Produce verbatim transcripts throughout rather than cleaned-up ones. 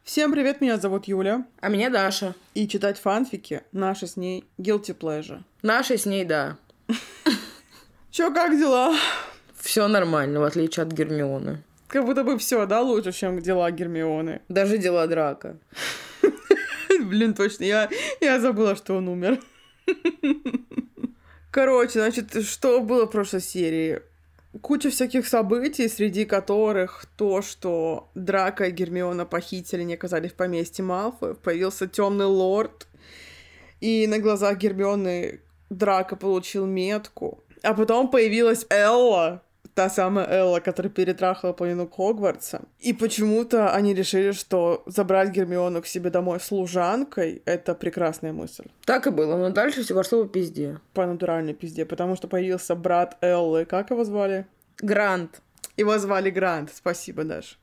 Всем привет, меня зовут Юля. А меня Даша. И читать фанфики наши с ней guilty pleasure. Наши с ней, да. Чё, как дела? Все нормально, в отличие от Гермионы. Как будто бы все, да, лучше, чем дела Гермионы. Даже дела Драко. Блин, точно, я, я забыла, что он умер. Короче, значит, что было в прошлой серии? Куча всяких событий, среди которых то, что Драко и Гермиона похитили, не оказались в поместье Малфоев. Появился темный лорд, и на глазах Гермионы Драко получил метку. А потом появилась Элла, та самая Элла, которая перетрахала половину Хогвартса. И почему-то они решили, что забрать Гермиону к себе домой служанкой — это прекрасная мысль. Так и было, но дальше все пошло по пизде. По натуральной пизде, потому что появился брат Эллы. Как его звали? Грант. Его звали Грант, спасибо, Даш.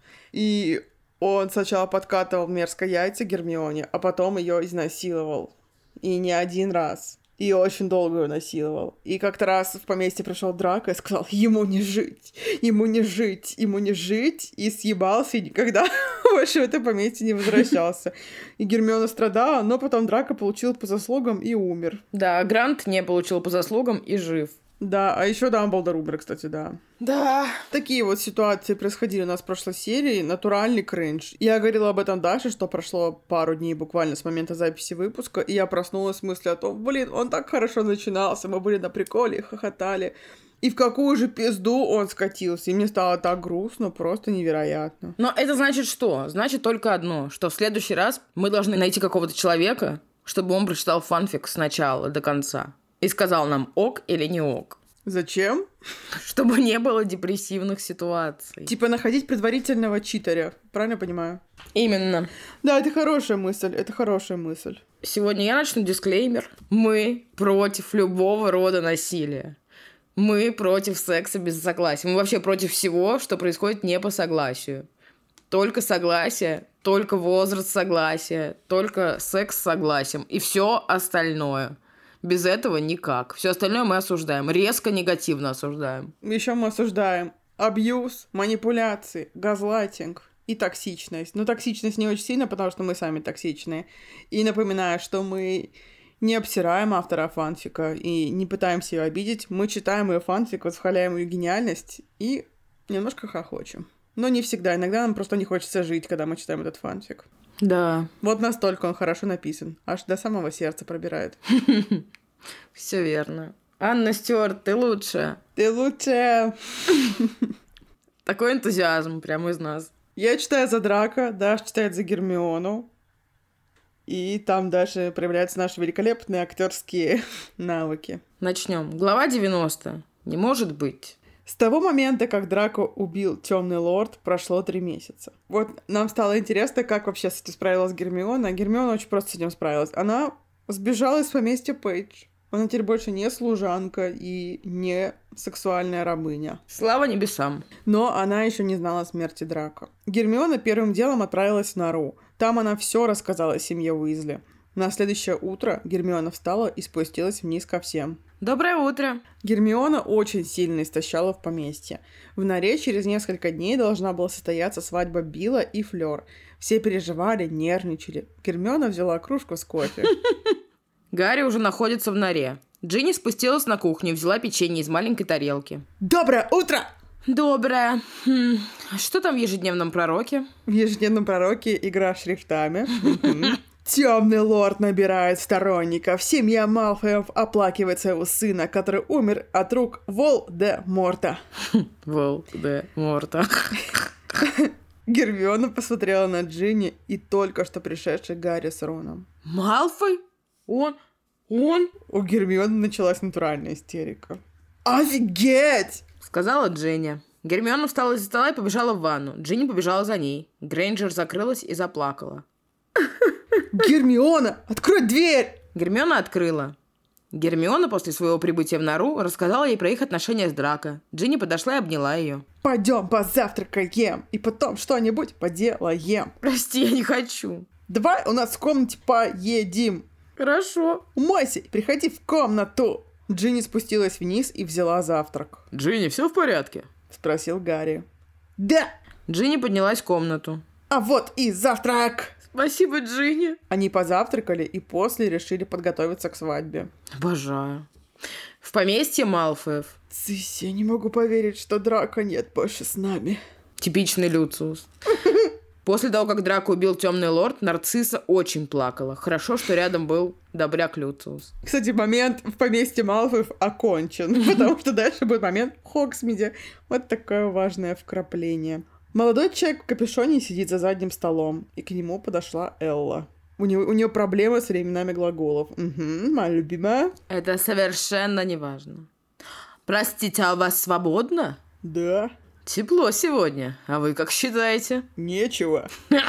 И он сначала подкатывал мерзко яйца Гермионе, а потом ее изнасиловал. И не один раз. И очень долго ее насиловал. И как-то раз в поместье пришел Драко и сказал: ему не жить, ему не жить, ему не жить. И съебался, и никогда больше в это поместье не возвращался. И Гермиона страдала, но потом Драко получил по заслугам и умер. Да, Грант не получил по заслугам и жив. Да, а еще Дамблдор умер, кстати, да. Да. Такие вот ситуации происходили у нас в прошлой серии. Натуральный кринж. Я говорила об этом Даше, что прошло пару дней буквально с момента записи выпуска, и я проснулась с мыслью о том, блин, он так хорошо начинался, мы были на приколе, хохотали. И в какую же пизду он скатился. И мне стало так грустно, просто невероятно. Но это значит что? Значит только одно, что в следующий раз мы должны найти какого-то человека, чтобы он прочитал фанфик с начала до конца. И сказал нам, ок или не ок. Зачем? Чтобы не было депрессивных ситуаций. Типа находить предварительного читеря. Правильно понимаю? Именно. Да, это хорошая мысль, это хорошая мысль. Сегодня я начну дисклеймер. Мы против любого рода насилия. Мы против секса без согласия. Мы вообще против всего, что происходит не по согласию. Только согласие, только возраст согласия, только секс с согласием. И все остальное. Без этого никак. Все остальное мы осуждаем. Резко негативно осуждаем. Еще мы осуждаем абьюз, манипуляции, газлайтинг и токсичность. Но токсичность не очень сильно, потому что мы сами токсичные. И напоминаю, что мы не обсираем автора фанфика и не пытаемся ее обидеть. Мы читаем ее фанфик, восхваляем ее гениальность и немножко хохочем. Но не всегда. Иногда нам просто не хочется жить, когда мы читаем этот фанфик. Да. Вот настолько он хорошо написан. Аж до самого сердца пробирает. Все верно. Анна Стюарт, ты лучшая. Ты лучшая. Такой энтузиазм прямо из нас. Я читаю за Драко, Даша читает за Гермиону. И там даже проявляются наши великолепные актерские навыки. Начнем. Глава девяносто. Не может быть. С того момента, как Драко убил Темный Лорд, прошло три месяца. Вот нам стало интересно, как вообще с этим справилась Гермиона. Гермиона очень просто с этим справилась. Она сбежала из поместья Пейдж. Она теперь больше не служанка и не сексуальная рабыня. Слава небесам. Но она еще не знала смерти Драко. Гермиона первым делом отправилась в нору. Там она все рассказала семье Уизли. На следующее утро Гермиона встала и спустилась вниз ко всем. Доброе утро. Гермиона очень сильно истощала в поместье. В норе через несколько дней должна была состояться свадьба Билла и Флёр. Все переживали, нервничали. Гермиона взяла кружку с кофе. Гарри уже находится в норе. Джинни спустилась на кухню и взяла печенье из маленькой тарелки. Доброе утро! Доброе. Хм. Что там в ежедневном пророке? В ежедневном пророке игра шрифтами. Темный лорд набирает сторонников. Семья Малфоев оплакивает своего сына, который умер от рук Волдеморта. Волдеморта. Гермиона посмотрела на Джинни и только что пришедший Гарри с Роном. Малфой? Он? Он? У Гермионы началась натуральная истерика. Офигеть! Сказала Дженни. Гермиона встала из-за стола и побежала в ванну. Джинни побежала за ней. Грейнджер закрылась и заплакала. Гермиона, открой дверь! Гермиона открыла. Гермиона после своего прибытия в нору рассказала ей про их отношения с Драко. Джинни подошла и обняла ее. Пойдем позавтракаем и потом что-нибудь поделаем. Прости, я не хочу. Давай у нас в комнате поедим. Хорошо. Умойся и приходи в комнату. Джинни спустилась вниз и взяла завтрак. Джинни, все в порядке? Спросил Гарри. Да. Джинни поднялась в комнату. А вот и завтрак! Спасибо, Джинни. Они позавтракали и после решили подготовиться к свадьбе. Обожаю. В поместье Малфоев. Цысь, я не могу поверить, что Драко нет больше с нами. Типичный Люциус. После того, как Драко убил Темный Лорд, Нарцисса очень плакала. Хорошо, что рядом был добряк Люциус. Кстати, момент в поместье Малфоев окончен, потому что дальше будет момент в Хогсмиде. Вот такое важное вкрапление. Молодой человек в капюшоне сидит за задним столом, и к нему подошла Элла. У нее, у нее проблемы с временами глаголов. Угу, моя любимая. Это совершенно не важно. Простите, а у вас свободно? Да. Тепло сегодня. А вы как считаете? Нечего.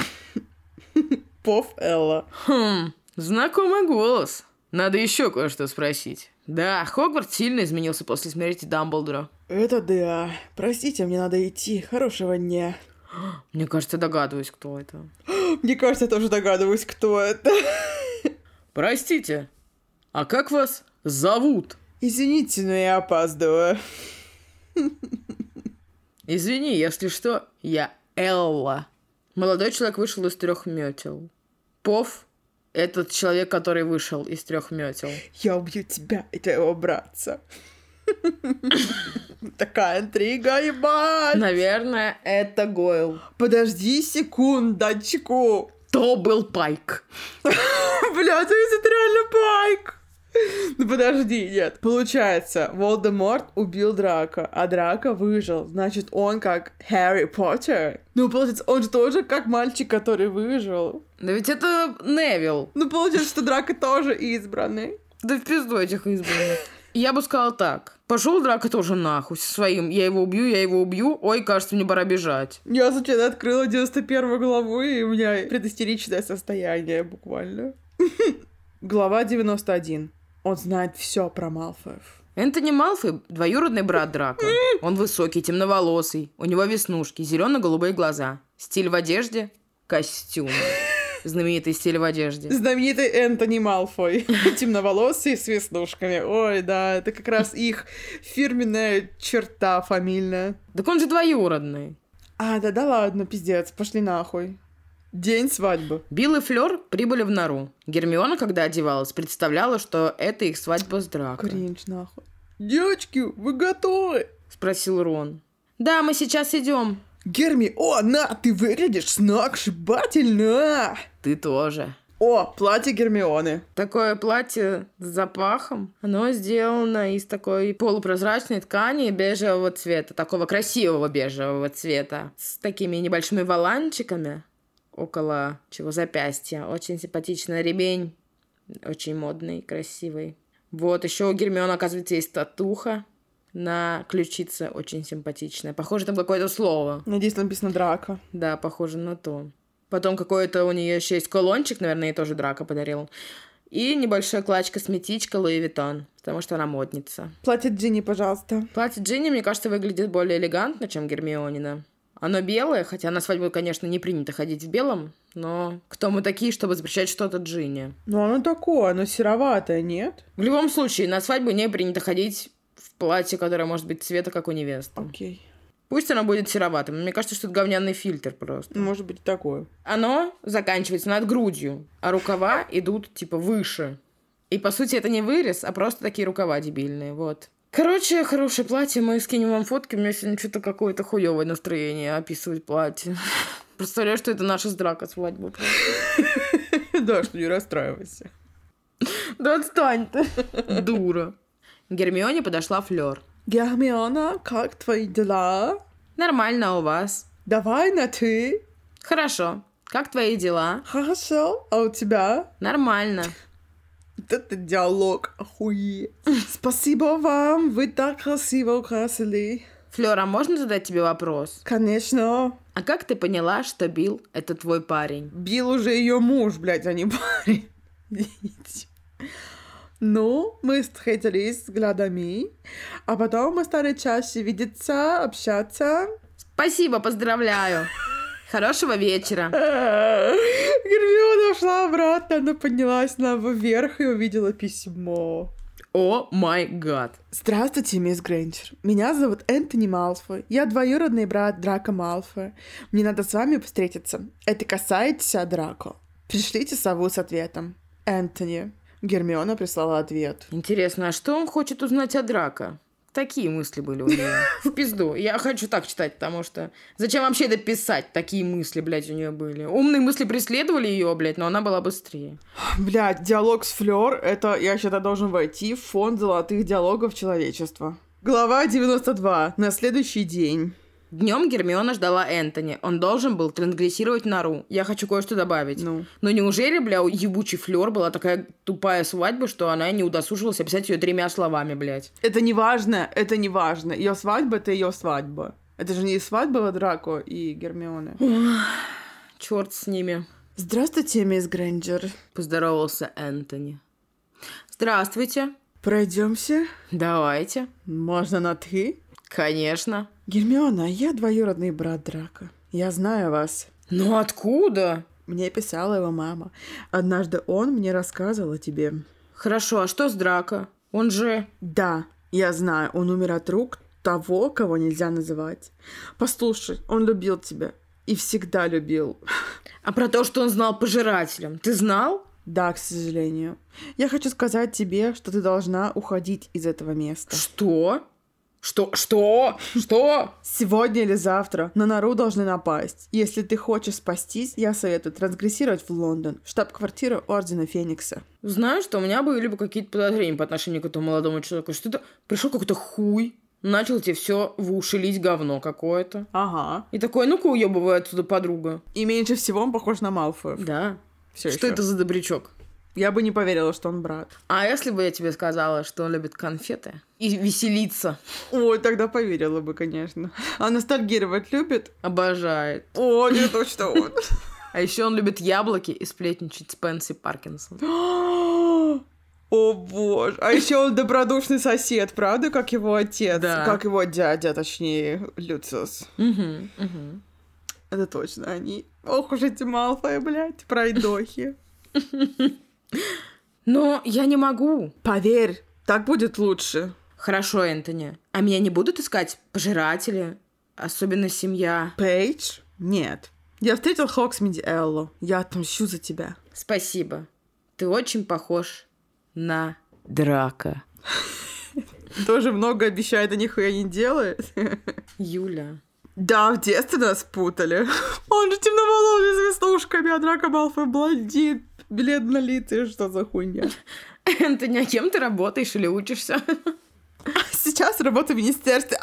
Пов Элла. Хм, знакомый голос. Надо еще кое-что спросить. Да, Хогвартс сильно изменился после смерти Дамблдора. Это да. Простите, мне надо идти. Хорошего дня. Мне кажется, догадываюсь, кто это. Мне кажется, я тоже догадываюсь, кто это. Простите, а как вас зовут? Извините, но я опаздываю. Извини, если что, я Элла. Молодой человек вышел из трех метел. Пов — этот человек, который вышел из трех метел. Я убью тебя и твоего братца. Такая интрига, ебать! Наверное, это Гойл. Подожди секундочку. То был Пайк. Бля, то есть это реально Пайк. Ну подожди, нет. Получается, Волдеморт убил Драко, а Драко выжил. Значит, он как Харри Поттер. Ну, получается, он же тоже как мальчик, который выжил. Да ведь это Невилл. Ну, получается, что Драко тоже избранный. Да в пизду этих избранных. Я бы сказала так. Пошел Драко тоже нахуй со своим. Я его убью, я его убью. Ой, кажется, мне пора бежать. Я случайно открыла девяносто первую главу, и у меня предистеричное состояние буквально. Глава девяносто один. Он знает все про Малфоев. Энтони Малфой — двоюродный брат Драко. Он высокий, темноволосый. У него веснушки, зелено-голубые глаза. Стиль в одежде — костюм. Знаменитый стиль в одежде. Знаменитый Энтони Малфой. Темноволосый с веснушками. Ой, да, это как раз их фирменная черта фамильная. Так он же двоюродный. А, да-да ладно, пиздец, пошли нахуй. День свадьбы. Билл и Флёр прибыли в нору. Гермиона, когда одевалась, представляла, что это их свадьба с Драко. Кринж, нахуй. Девочки, вы готовы? Спросил Рон. Да, мы сейчас идем. Герми, о, на, ты выглядишь сногсшибательно. Ты тоже. О, платье Гермионы. Такое платье с запахом. Оно сделано из такой полупрозрачной ткани бежевого цвета. Такого красивого бежевого цвета. С такими небольшими воланчиками около чего запястья. Очень симпатичный ремень. Очень модный, красивый. Вот, еще у Гермионы, оказывается, есть татуха на ключице. Очень симпатичная. Похоже, там какое-то слово. Надеюсь, там написано Драко. Да, похоже на то. Потом какой-то у нее еще есть кулончик, наверное, ей тоже Драко подарил. И небольшой клатч-косметичка Луи Виттон, потому что она модница. Платье Джинни, пожалуйста. Платье Джинни, мне кажется, выглядит более элегантно, чем Гермионина. Оно белое, хотя на свадьбу, конечно, не принято ходить в белом, но кто мы такие, чтобы запрещать что-то Джинни? Ну, оно такое, оно сероватое, нет? В любом случае, на свадьбу не принято ходить в платье, которое может быть цвета, как у невесты. Окей. Пусть оно будет сероватым. Мне кажется, что это говняный фильтр просто. Может быть, такое. Оно заканчивается над грудью, а рукава идут, типа, выше. И, по сути, это не вырез, а просто такие рукава дебильные, вот. Короче, хорошее платье, мы скинем вам фотки, у меня сегодня что-то какое-то хуёвое настроение описывать платье. Представляю, что это наша с Драко свадьба. Да, что не расстраивайся. Да отстань ты, дура. К Гермионе подошла Флёр. Гермиона, как твои дела? Нормально, а у вас? Давай на ты. Хорошо. Как твои дела? Хорошо. А у тебя? Нормально. Вот это диалог, охуеть. Спасибо вам, вы так красиво украсили. Флёр, а можно задать тебе вопрос? Конечно. А как ты поняла, что Билл — это твой парень? Билл уже ее муж, блядь, а не парень. Ну, мы встретились взглядами, а потом мы стали чаще видеться, общаться. Спасибо, поздравляю. Хорошего вечера. Гермиона ушла обратно, она поднялась наверх и увидела письмо. О май гад. Здравствуйте, мисс Грейнджер. Меня зовут Энтони Малфой. Я двоюродный брат Драко Малфоя. Мне надо с вами встретиться. Это касается Драко. Пришлите сову с ответом. Энтони. Гермиона прислала ответ. Интересно, а что он хочет узнать о Драко? Такие мысли были у нее. В пизду. Я хочу так читать, потому что... Зачем вообще это писать? Такие мысли, блядь, у нее были. Умные мысли преследовали ее, блядь, но она была быстрее. Блядь, диалог с Флёр, это, я считаю, должен войти в фонд золотых диалогов человечества. Глава девяносто два. На следующий день. Днем Гермиона ждала Энтони. Он должен был трансгрессировать нору. Я хочу кое-что добавить. Ну. Но неужели, бля, у ебучей Флёр была такая тупая свадьба, что она не удосужилась описать ее тремя словами, блядь? Это не важно, это не важно. Ее свадьба — это ее свадьба. Это же не свадьба Драко и Гермионы. Черт с ними. Здравствуйте, мисс Грейнджер. Поздоровался Энтони. Здравствуйте. Пройдемся? Давайте. Можно на «ты»? Конечно. Гермиона, я двоюродный брат Драко. Я знаю вас. Ну откуда? Мне писала его мама. Однажды он мне рассказывал о тебе. Хорошо, а что с Драко? Он же... Да, я знаю, он умер от рук того, кого нельзя называть. Послушай, он любил тебя. И всегда любил. А про то, что он знал пожирателям, ты знал? Да, к сожалению. Я хочу сказать тебе, что ты должна уходить из этого места. Что? Что? Что? Что? Сегодня или завтра на нору должны напасть. Если ты хочешь спастись, я советую трансгрессировать в Лондон, в штаб-квартиру Ордена Феникса. Знаешь, что у меня были бы какие-то подозрения по отношению к этому молодому человеку. Что это пришел какой-то хуй, начал тебе все в уши лить говно какое-то. Ага. И такой, ну-ка уебывай отсюда, подруга. И меньше всего он похож на Малфоя. Да. Всё что ещё. это за добрячок? Я бы не поверила, что он брат. А если бы я тебе сказала, что он любит конфеты и веселиться? Ой, тогда поверила бы, конечно. А ностальгировать любит? Обожает. О, не точно он. А еще он любит яблоки и сплетничать с Пенси Паркинсон. О боже. А еще он добродушный сосед, правда, как его отец? Да. Как его дядя, точнее, Люциус. Угу, угу. Это точно они. Ох уж эти Малфои, блядь, пройдохи. Но я не могу. Поверь, так будет лучше. Хорошо, Энтони. А меня не будут искать пожиратели? Особенно семья. Пейдж? Нет. Я встретил Хоксмиди Эллу. Я отмщу за тебя. Спасибо. Ты очень похож на Драко. Тоже много обещает, а нихуя не делает. Юля. Да, в детстве нас путали. Он же темноволосый, с веснушками, а Драко Малфой блондин, бледнолицый, что за хуйня. Энтони, а кем ты работаешь или учишься? Сейчас работаю в министерстве.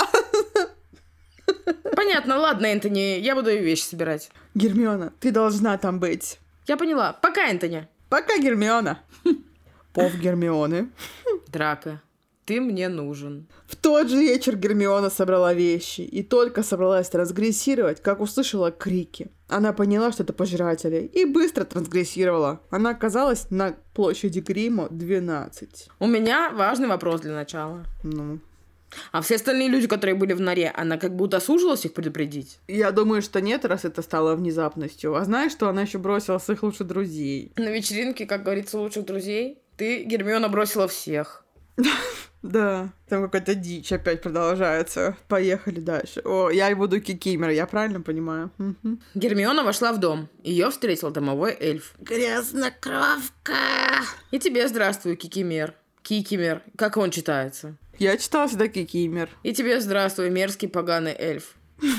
Понятно, ладно, Энтони, я буду вещи собирать. Гермиона, ты должна там быть. Я поняла. Пока, Энтони. Пока, Гермиона. Пов Гермионы. Драко, ты мне нужен. В тот же вечер Гермиона собрала вещи и только собралась трансгрессировать, как услышала крики. Она поняла, что это пожиратели, и быстро трансгрессировала. Она оказалась на площади Гримо двенадцать. У меня важный вопрос для начала. Ну... А все остальные люди, которые были в норе, она как бы удосужилась их предупредить? Я думаю, что нет, раз это стало внезапностью. А знаешь, что она еще бросила своих лучших друзей? На вечеринке, как говорится, лучших друзей, ты, Гермиона, бросила всех. Да, там какая-то дичь опять продолжается. Поехали дальше. О, я буду кикимер, я правильно понимаю? Угу. Гермиона вошла в дом. Ее встретил домовой эльф. Грязнокровка! И тебе здравствуй, Кикимер. Кикимер. Как он читается? Я читала всегда кикимер. И тебе здравствуй, мерзкий поганый эльф.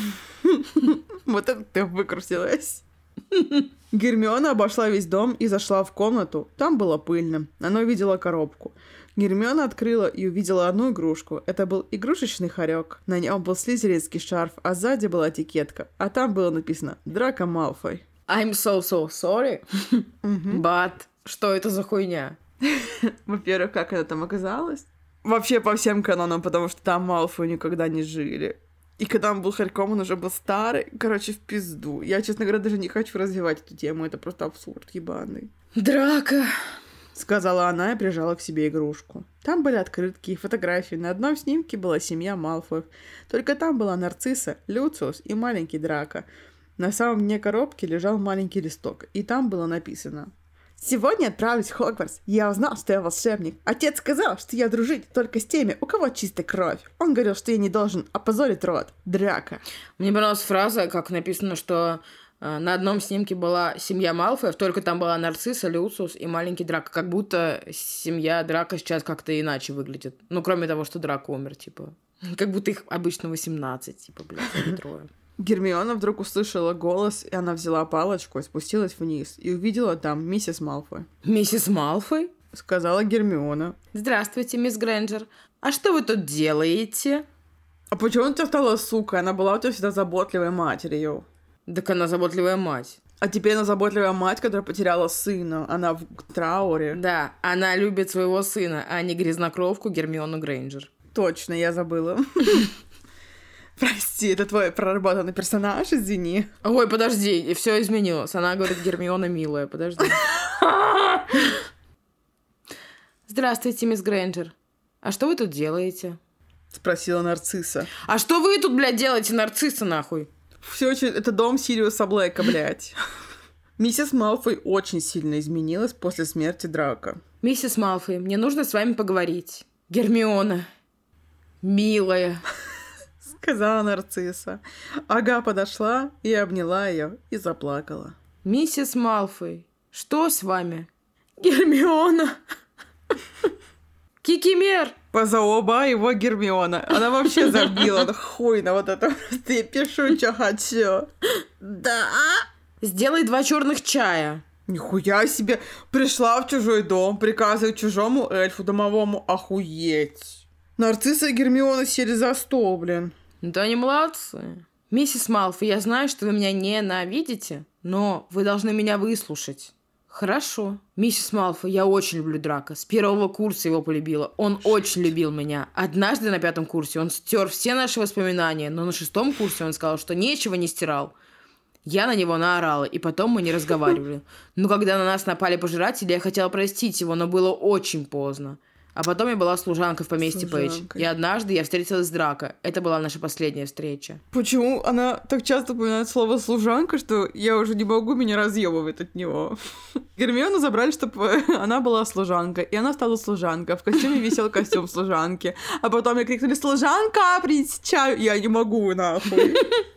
Вот это ты выкрутилась. Гермиона обошла весь дом и зашла в комнату. Там было пыльно. Она увидела коробку. Гермиона открыла и увидела одну игрушку. Это был игрушечный хорек. На нем был слизеринский шарф, а сзади была этикетка. А там было написано «Драко Малфой». I'm so so sorry, but что это за хуйня? Во-первых, как это там оказалось? Вообще по всем канонам, потому что там Малфой никогда не жили. И когда он был хорьком, он уже был старый. Короче, в пизду. Я, честно говоря, даже не хочу развивать эту тему. Это просто абсурд ебаный. Драко, сказала она и прижала к себе игрушку. Там были открытки и фотографии. На одном снимке была семья Малфоев. Только там была Нарцисса, Люциус и маленький Драко. На самом дне коробки лежал маленький листок. И там было написано: Сегодня отправлюсь в Хогвартс. Я узнал, что я волшебник. Отец сказал, что я дружить только с теми, у кого чистая кровь. Он говорил, что я не должен опозорить род. Драко. Мне понравилась фраза, как написано, что э, на одном снимке была семья Малфоев, только там была Нарцисса, Люциус и маленький Драко. Как будто семья Драко сейчас как-то иначе выглядит. Ну, кроме того, что Драко умер, типа. Как будто их обычно восемнадцать, типа, блядь, трое. Гермиона вдруг услышала голос, и она взяла палочку и спустилась вниз, и увидела там миссис Малфой. «Миссис Малфой?» — сказала Гермиона. «Здравствуйте, мисс Грэнджер. А что вы тут делаете?» «А почему у тебя стала сука? Она была у тебя всегда заботливой матерью». «Так она заботливая мать». «А теперь она заботливая мать, которая потеряла сына. Она в трауре». «Да, она любит своего сына, а не грязнокровку Гермиону Грейнджер». «Точно, я забыла». Прости, это твой проработанный персонаж, извини. Ой, подожди, все изменилось. Она говорит, Гермиона милая, подожди. Здравствуйте, мисс Грэнджер. А что вы тут делаете? Спросила Нарцисса. А что вы тут, блядь, делаете, Нарцисса, нахуй? Все очень... Это дом Сириуса Блэка, блядь. Миссис Малфой очень сильно изменилась после смерти Драко. Миссис Малфой, мне нужно с вами поговорить. Гермиона, милая... сказала Нарцисса. Ага подошла и обняла ее и заплакала. «Миссис Малфой, что с вами?» «Гермиона!» «Кикимер!» Позаоба его Гермиона. Она вообще забила на хуй на вот это. Просто я пишу, что хочу. «Да!» «Сделай два черных чая!» Нихуя себе! Пришла в чужой дом, приказывает чужому эльфу домовому охуеть. Нарцисса и Гермиона сели за стол, блин. Да они молодцы. «Миссис Малфой, я знаю, что вы меня ненавидите, но вы должны меня выслушать». «Хорошо. Миссис Малфой, я очень люблю Драко. С первого курса его полюбила. Он очень любил меня. Однажды на пятом курсе он стер все наши воспоминания, но на шестом курсе он сказал, что ничего не стирал. Я на него наорала, и потом мы не разговаривали. Но когда на нас напали пожиратели, я хотела простить его, но было очень поздно. А потом я была служанкой в поместье Пейдж. И однажды я встретилась с Драко. Это была наша последняя встреча». Почему она так часто упоминает слово «служанка», что я уже не могу, меня разъебывать от него? Гермиону забрали, чтобы она была служанкой. И она стала служанкой. В костюме висел костюм служанки. А потом я крикнули: «Служанка, принеси чаю!» Я не могу, нахуй.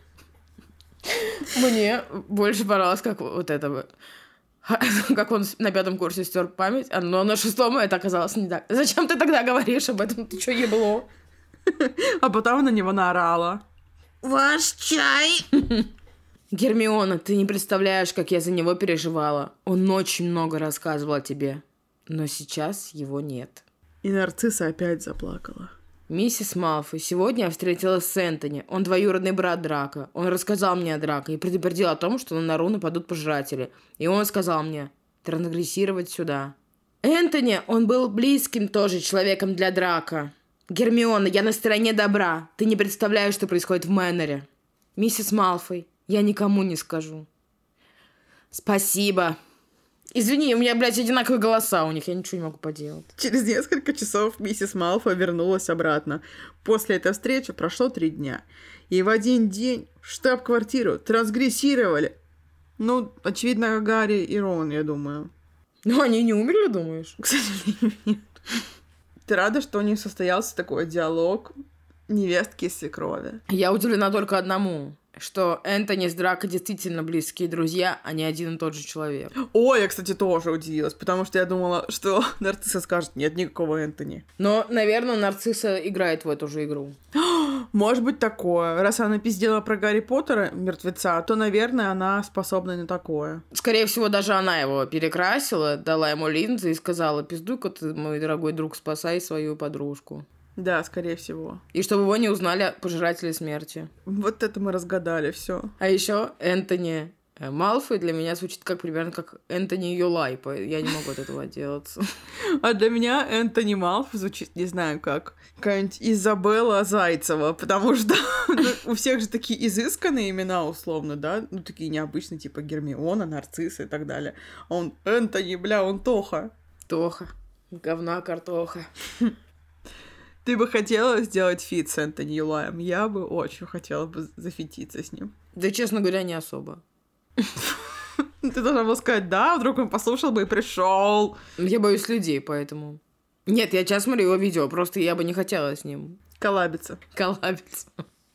Мне больше понравилось, как вот это... Как он на пятом курсе стер память, но на шестом это оказалось не так. Зачем ты тогда говоришь об этом? Ты что, ебло? А потом она на него наорала. «Ваш чай!» «Гермиона, ты не представляешь, как я за него переживала. Он очень много рассказывал о тебе, но сейчас его нет». И Нарцисса опять заплакала. «Миссис Малфой, сегодня я встретилась с Энтони. Он двоюродный брат Драко. Он рассказал мне о Драко и предупредил о том, что на нору нападут пожиратели. И он сказал мне трансгрессировать сюда. Энтони, он был близким тоже человеком для Драко. Гермиона, я на стороне добра. Ты не представляешь, что происходит в Мэноре. Миссис Малфой, я никому не скажу». «Спасибо». Извини, у меня, блядь, одинаковые голоса у них, я ничего не могу поделать. Через несколько часов миссис Малфой вернулась обратно. После этой встречи прошло три дня. И в один день в штаб-квартиру трансгрессировали. Ну, очевидно, Гарри и Рон, я думаю. Ну, они не умерли, думаешь? К сожалению, нет. Ты рада, что у них состоялся такой диалог невестки и свекрови? Я удивлена только одному. Что Энтони с Драко действительно близкие друзья, а не один и тот же человек. Ой, я, кстати, тоже удивилась, потому что я думала, что Нарцисса скажет: нет никакого Энтони. Но, наверное, Нарцисса играет в эту же игру. Может быть такое. Раз она пиздела про Гарри Поттера, мертвеца, то, наверное, она способна на такое. Скорее всего, даже она его перекрасила, дала ему линзы и сказала: пиздуй-ка ты, мой дорогой друг, спасай свою подружку. Да, скорее всего. И чтобы его не узнали пожиратели смерти. Вот это мы разгадали, все. А еще Энтони Малфой для меня звучит как примерно как Энтони Юлай. Я не могу от этого отделаться. А для меня Энтони Малфой звучит, не знаю как, какая-нибудь Изабелла Зайцева, потому что ну, у всех же такие изысканные имена, условно, да? Ну, такие необычные, типа Гермиона, Нарцисса и так далее. А он Энтони, бля, он Тоха. Тоха. Говна картоха. Ты бы хотела сделать фит с Энтони Юлаем? Я бы очень хотела бы зафититься с ним. Да, честно говоря, не особо. Ты должна была сказать «да», вдруг он послушал бы и пришел. Я боюсь людей, поэтому... Нет, я сейчас смотрю его видео, просто я бы не хотела с ним... Коллабиться. Коллабиться.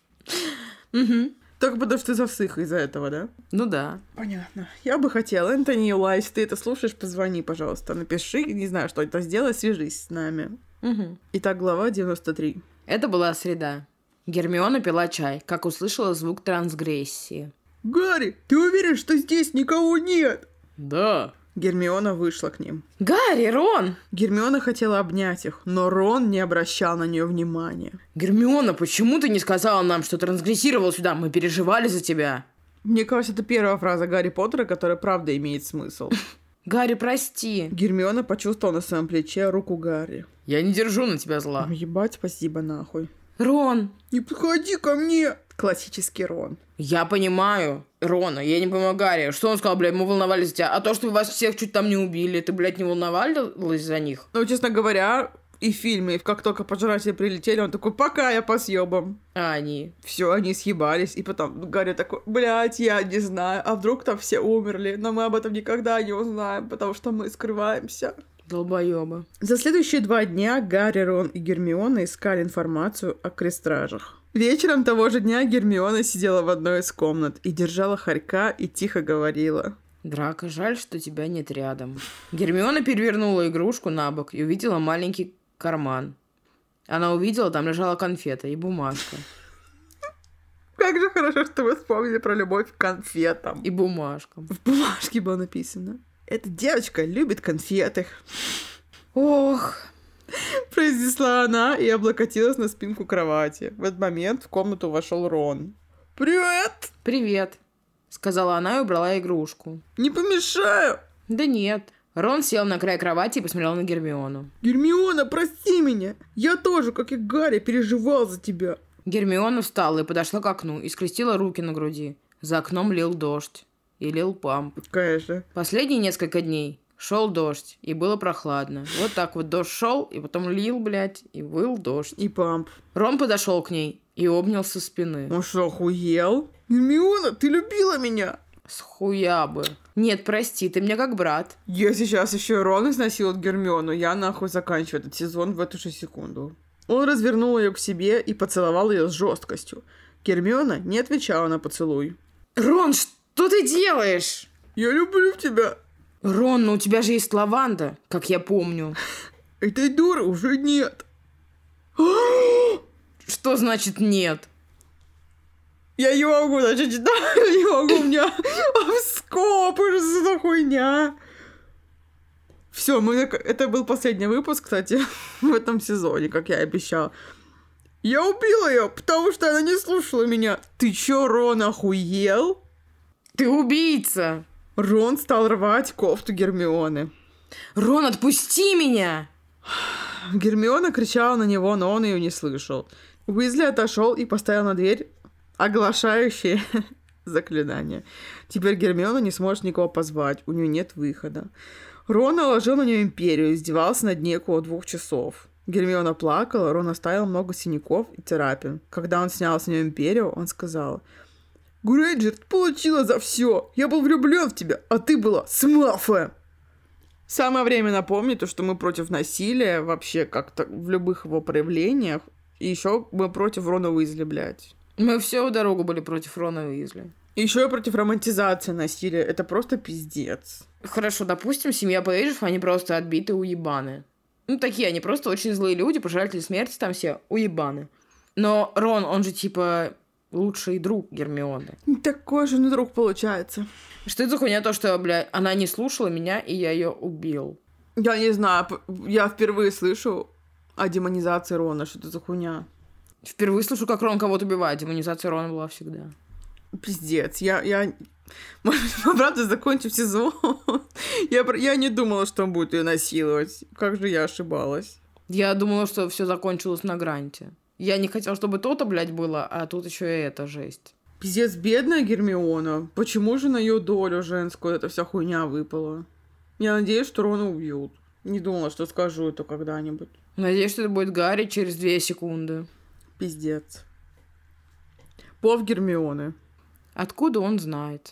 Угу. Только потому, что ты завсыха из-за этого, да? Ну да. Понятно. Я бы хотела. Энтони Юла, если ты это слушаешь, позвони, пожалуйста. Напиши, не знаю, что это сделай, свяжись с нами. Угу. Итак, глава девяносто три. Это была среда. Гермиона пила чай, как услышала звук трансгрессии. «Гарри, ты уверен, что здесь никого нет?» «Да». Гермиона вышла к ним. «Гарри, Рон!» Гермиона хотела обнять их, но Рон не обращал на нее внимания. «Гермиона, почему ты не сказала нам, что трансгрессировал сюда? Мы переживали за тебя». Мне кажется, это первая фраза Гарри Поттера, которая правда имеет смысл. «Гарри, прости». Гермиона почувствовала на своем плече руку Гарри. «Я не держу на тебя зла». Ебать, спасибо нахуй. «Рон!» «Не подходи ко мне!» Классический Рон. «Я понимаю Рона, я не понимаю Гарри. Что он сказал, блядь, мы волновались за тебя. А то, что вас всех чуть там не убили, ты, блядь, не волновалась за них?» Ну, честно говоря, и в фильме, как только пожиратели прилетели, он такой: «Пока, я по съебам». А они? Все, они съебались. И потом Гарри такой: «Блядь, я не знаю. А вдруг там все умерли? Но мы об этом никогда не узнаем, потому что мы скрываемся». Долбоёбы. За следующие два дня Гарри, Рон и Гермиона искали информацию о крестражах. Вечером того же дня Гермиона сидела в одной из комнат и держала хорька и тихо говорила: «Драко, жаль, что тебя нет рядом». Гермиона перевернула игрушку на бок и увидела маленький карман. Она увидела, там лежала конфета и бумажка. Как же хорошо, что вы вспомнили про любовь к конфетам. И бумажка. В бумажке было написано: «Эта девочка любит конфеты». Ох... Произнесла она и облокотилась на спинку кровати. В этот момент в комнату вошел Рон. «Привет!» «Привет!» — сказала она и убрала игрушку. «Не помешаю?» «Да нет». Рон сел на край кровати и посмотрел на Гермиону. «Гермиона, прости меня! Я тоже, как и Гарри, переживал за тебя!» Гермиона встала и подошла к окну и скрестила руки на груди. За окном лил дождь. И лил памп. Конечно. Последние несколько дней шел дождь, и было прохладно. Вот так вот дождь шел, и потом лил, блядь, и выл дождь. И памп. Рон подошел к ней и обнял со спины. Он что, охуел? «Гермиона, ты любила меня!» Схуя бы. Нет, прости, ты мне как брат. Я сейчас еще Рон изнасилует Гермиону. Я нахуй заканчиваю этот сезон в эту же секунду. Он развернул ее к себе и поцеловал ее с жесткостью. Гермиона не отвечала на поцелуй. Рон, что ты делаешь? «Я люблю тебя!» Рон, ну у тебя же есть лаванда, как я помню. «Этой дуры уже нет!» Что значит нет? Я не могу начать читать, не могу, у меня скоп, что за хуйня. Все, мы... это был последний выпуск, кстати, в этом сезоне, как я и обещала. Я убила ее, потому что она не слушала меня. Ты чё, Рон, охуел? Ты убийца! Рон стал рвать кофту Гермионы. Рон, отпусти меня! Гермиона кричала на него, но он ее не слышал. Уизли отошел и поставил на дверь оглашающее заклинание. Теперь Гермиона не сможет никого позвать, у нее нет выхода. Рон наложил на нее империю и издевался над ней около двух часов. Гермиона плакала, Рон оставил много синяков и царапин. Когда он снял с нее империю, он сказал: «Грейнджер, ты получила за все. Я был влюблен в тебя, а ты была с Малфоем». Самое время напомнить то, что мы против насилия вообще как-то в любых его проявлениях. И еще мы против Рона Уизли, блядь. Мы всю дорогу были против Рона Уизли. И еще и против романтизации насилия. Это просто пиздец. Хорошо, допустим, семья Пейджев, они просто отбитые уебаны. Ну, такие, они просто очень злые люди, пожиратели смерти там все уебаны. Но Рон, он же типа лучший друг Гермионы. Такой же не друг получается. Что это за хуйня то, что, блядь, она не слушала меня, и я ее убил? Я не знаю, я впервые слышу о демонизации Рона. Что это за хуйня? Впервые слышу, как Рон кого-то убивает. Демонизация Рона была всегда. Пиздец. Я... я... Может быть, мы, правда, закончим сезон? я, я не думала, что он будет ее насиловать. Как же я ошибалась. Я думала, что все закончилось на гранте. Я не хотела, чтобы то-то, блядь, было, а тут еще и эта жесть. Пиздец, бедная Гермиона. Почему же на ее долю женскую эта вся хуйня выпала? Я надеюсь, что Рона убьют. Не думала, что скажу это когда-нибудь. Надеюсь, что это будет Гарри через две секунды. Пиздец. Пов Гермионы. Откуда он знает?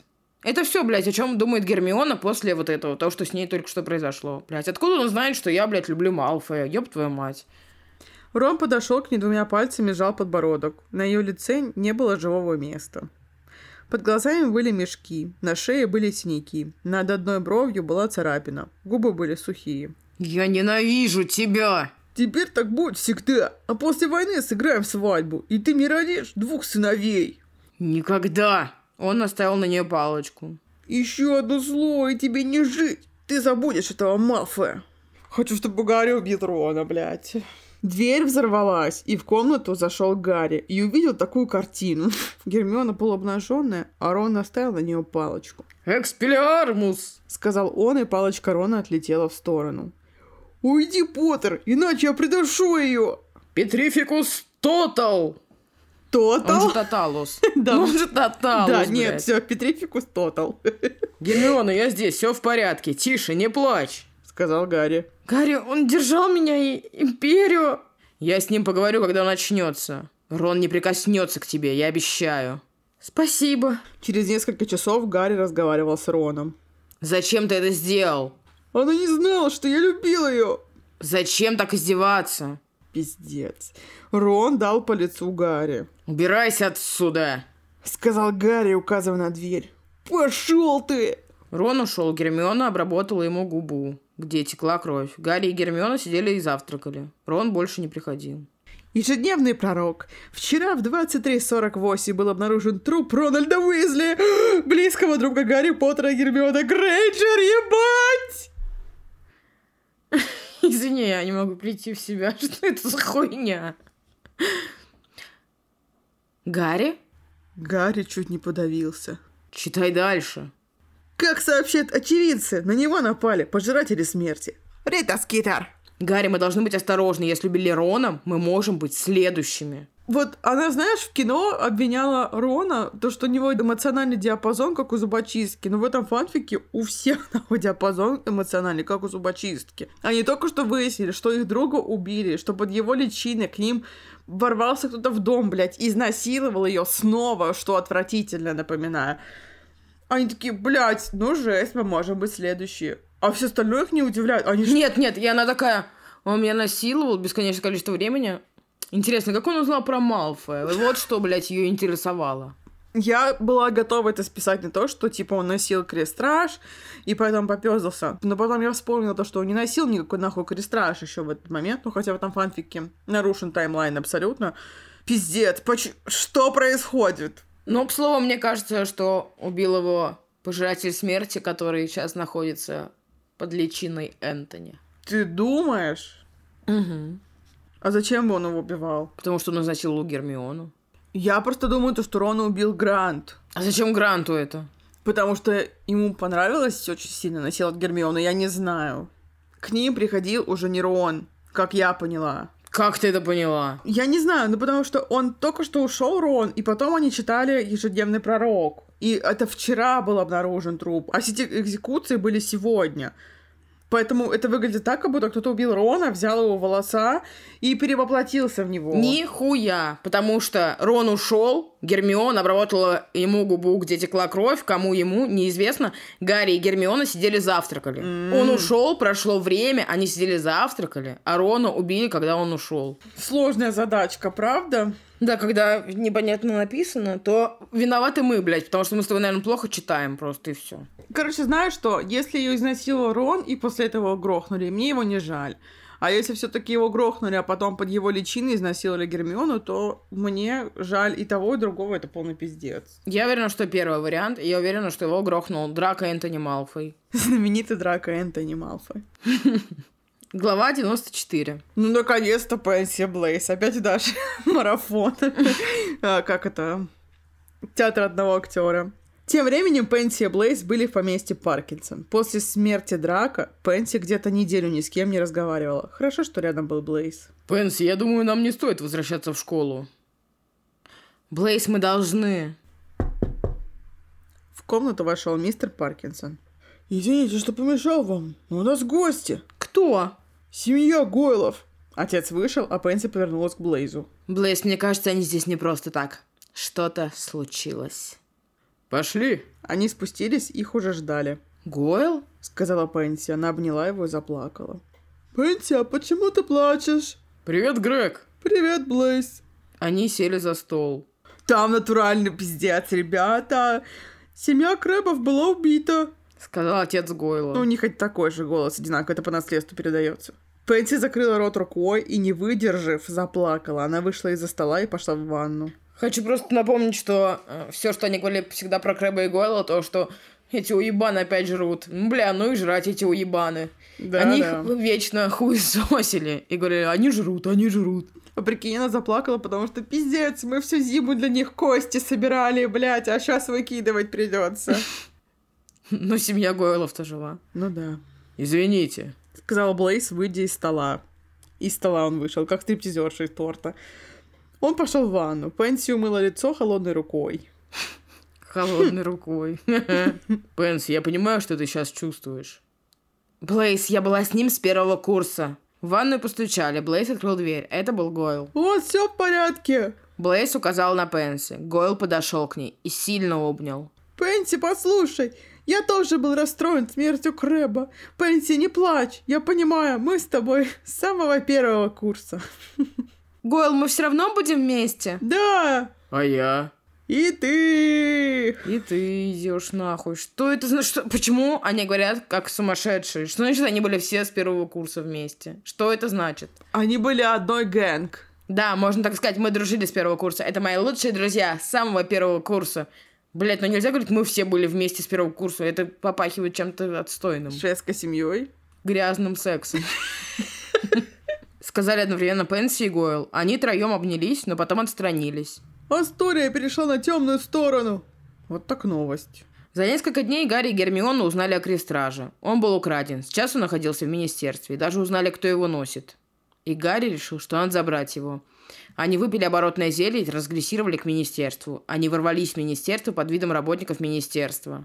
Это все, блядь, о чем думает Гермиона после вот этого, того, что с ней только что произошло. Блядь, откуда он знает, что я, блядь, люблю Малфоя? Ёб твою мать. Рон подошел к ней двумя пальцами и сжал подбородок. На ее лице не было живого места. Под глазами были мешки, на шее были синяки, над одной бровью была царапина, губы были сухие. Я ненавижу тебя! Теперь так будет всегда, а после войны сыграем свадьбу, и ты мне родишь двух сыновей. Никогда! Он наставил на нее палочку. Еще одно слово, и тебе не жить. Ты забудешь этого Малфоя. Хочу, чтобы Гарри убил Рона, блядь. Дверь взорвалась, и в комнату зашел Гарри и увидел такую картину. Гермиона полуобнаженная, а Рон наставил на нее палочку. «Экспеллиармус!» — сказал он, и палочка Рона отлетела в сторону. «Уйди, Поттер, иначе я придушу ее!» «Петрификус тотал!» Тотал? Он же Тоталус. Да. Он же Тоталус, Да, блядь. нет, все, Петрификус Тотал. Гермиона, я здесь, все в порядке. Тише, не плачь. Сказал Гарри. Гарри, он держал меня и империю. Я с ним поговорю, когда он очнется. Рон не прикоснется к тебе, я обещаю. Спасибо. Через несколько часов Гарри разговаривал с Роном. Зачем ты это сделал? Она не знала, что я любил ее. Зачем так издеваться? Пиздец. Рон дал по лицу Гарри. Убирайся отсюда, сказал Гарри, указывая на дверь. Пошел ты! Рон ушел, Гермиона обработала ему губу, где текла кровь. Гарри и Гермиона сидели и завтракали. Рон больше не приходил. Ежедневный пророк. Вчера в двадцать три сорок восемь был обнаружен труп Рональда Уизли, близкого друга Гарри Поттера и Гермиона Грейнджер, ебать! Извини, я не могу прийти в себя. Что это за хуйня? Гарри? Гарри чуть не подавился. Читай дальше. Как сообщают очевидцы, на него напали пожиратели смерти. Рита Скитер. Гарри, мы должны быть осторожны. Если убили Рона, мы можем быть следующими. Вот она, знаешь, в кино обвиняла Рона, то, что у него эмоциональный диапазон, как у зубочистки. Но в этом фанфике у всех нахуй диапазон эмоциональный, как у зубочистки. Они только что выяснили, что их друга убили, что под его личиной к ним ворвался кто-то в дом, блядь, изнасиловал ее снова, что отвратительно, напоминаю. Они такие, блядь, ну жесть, мы можем быть следующие. А все остальное их не удивляет. Они... Нет, нет, и она такая, он меня насиловал бесконечное количество времени. Интересно, как он узнал про Малфоя? Вот что, блядь, ее интересовало. Я была готова это списать на то, что, типа, он носил крестраж, и поэтому попёздался. Но потом я вспомнила то, что он не носил никакой нахуй крестраж еще в этот момент, ну, хотя в этом фанфике нарушен таймлайн абсолютно. Пиздец, поч... что происходит? Ну, к слову, мне кажется, что убил его пожиратель смерти, который сейчас находится под личиной Энтони. Ты думаешь? Угу. А зачем бы он его убивал? Потому что он изнасиловал Гермиону. Я просто думаю, то, что Рона убил Грант. А зачем Гранту это? Потому что ему понравилось очень сильно насиловать Гермиону, я не знаю. К ним приходил уже не Рон, как я поняла. Как ты это поняла? Я не знаю, ну потому что он только что ушел, Рон, и потом они читали «Ежедневный пророк». И это вчера был обнаружен труп, а все эти экзекуции были сегодня. Поэтому это выглядит так, как будто кто-то убил Рона, взял его волоса и перевоплотился в него. Нихуя! Потому что Рон ушел, Гермиона обработала ему губу, где текла кровь, кому ему, неизвестно. Гарри и Гермиона сидели завтракали. Mm. Он ушел, прошло время, они сидели завтракали, а Рона убили, когда он ушел. Сложная задачка, правда? Да, когда непонятно написано, то виноваты мы, блядь, потому что мы с тобой, наверное, плохо читаем просто, и все. Короче, знаешь что? Если ее изнасиловал Рон, и после этого его грохнули, мне его не жаль. А если все-таки его грохнули, а потом под его личиной изнасиловали Гермиону, то мне жаль и того, и другого, это полный пиздец. Я уверена, что первый вариант, и я уверена, что его грохнул Драко Энтони Малфой. Знаменитый Драко Энтони Малфой. Глава девяносто четыре. Ну, наконец-то Пенсия Блейс. Опять дашь марафон. Как это? Театр одного актера. Тем временем Пенси и Блейз были в поместье Паркинсон. После смерти Драка Пенси где-то неделю ни с кем не разговаривала. Хорошо, что рядом был Блейз. Пенси, я думаю, нам не стоит возвращаться в школу. Блейз, мы должны. В комнату вошел мистер Паркинсон. Извините, что помешал вам, но у нас гости. Кто? Семья Гойлов. Отец вышел, а Пенси повернулась к Блейзу. Блейз, мне кажется, они здесь не просто так. Что-то случилось. Пошли. Они спустились, их уже ждали. Гойл? Сказала Пенси. Она обняла его и заплакала. Пенси, а почему ты плачешь? Привет, Грег. Привет, Блейз. Они сели за стол. Там натуральный пиздец, ребята. Семья Крэбов была убита. Сказал отец Гойла. Ну, у них хоть такой же голос одинаковый, это по наследству передается. Пенси закрыла рот рукой и, не выдержав, заплакала. Она вышла из-за стола и пошла в ванну. Хочу просто напомнить, что э, все, что они говорили всегда про Крэба и Гойла, то, что эти уебаны опять жрут. Ну, бля, ну и жрать эти уебаны. Да, они да. их вечно хуесосили. И говорили, они жрут, они жрут. А прикинь, она заплакала, потому что пиздец, мы всю зиму для них кости собирали, блядь, а сейчас выкидывать придется. Но семья Гойлов-то жила. Ну да. Извините. Сказал Блейз, выйдя из стола. Из стола он вышел, как стриптизерша из торта. Он пошел в ванну. Пенси умыла лицо холодной рукой. Холодной рукой. Пенси, я понимаю, что ты сейчас чувствуешь. Блейз, я была с ним с первого курса. В ванную постучали. Блейз открыл дверь. Это был Гойл. Вот, все в порядке. Блейз указал на Пенси. Гойл подошел к ней и сильно обнял. Пенси, послушай, я тоже был расстроен смертью Крэба. Пенси, не плачь. Я понимаю, мы с тобой с самого первого курса. Гойл, мы все равно будем вместе? Да. А я? И ты. И ты идешь нахуй. Что это значит? Что... Почему они говорят как сумасшедшие? Что значит, они были все с первого курса вместе? Что это значит? Они были одной гэнг. Да, можно так сказать, мы дружили с первого курса. Это мои лучшие друзья с самого первого курса. Блять, ну нельзя говорить, мы все были вместе с первого курса. Это попахивает чем-то отстойным. Шведской семьей. Грязным сексом. Сказали одновременно Пенси и Гойл. Они троем обнялись, но потом отстранились. Астория перешла на темную сторону. Вот так новость. За несколько дней Гарри и Гермиона узнали о Крестраже. Он был украден. Сейчас он находился в министерстве. И даже узнали, кто его носит. И Гарри решил, что надо забрать его. Они выпили оборотное зелье и разгрессировали к министерству. Они ворвались в министерство под видом работников министерства.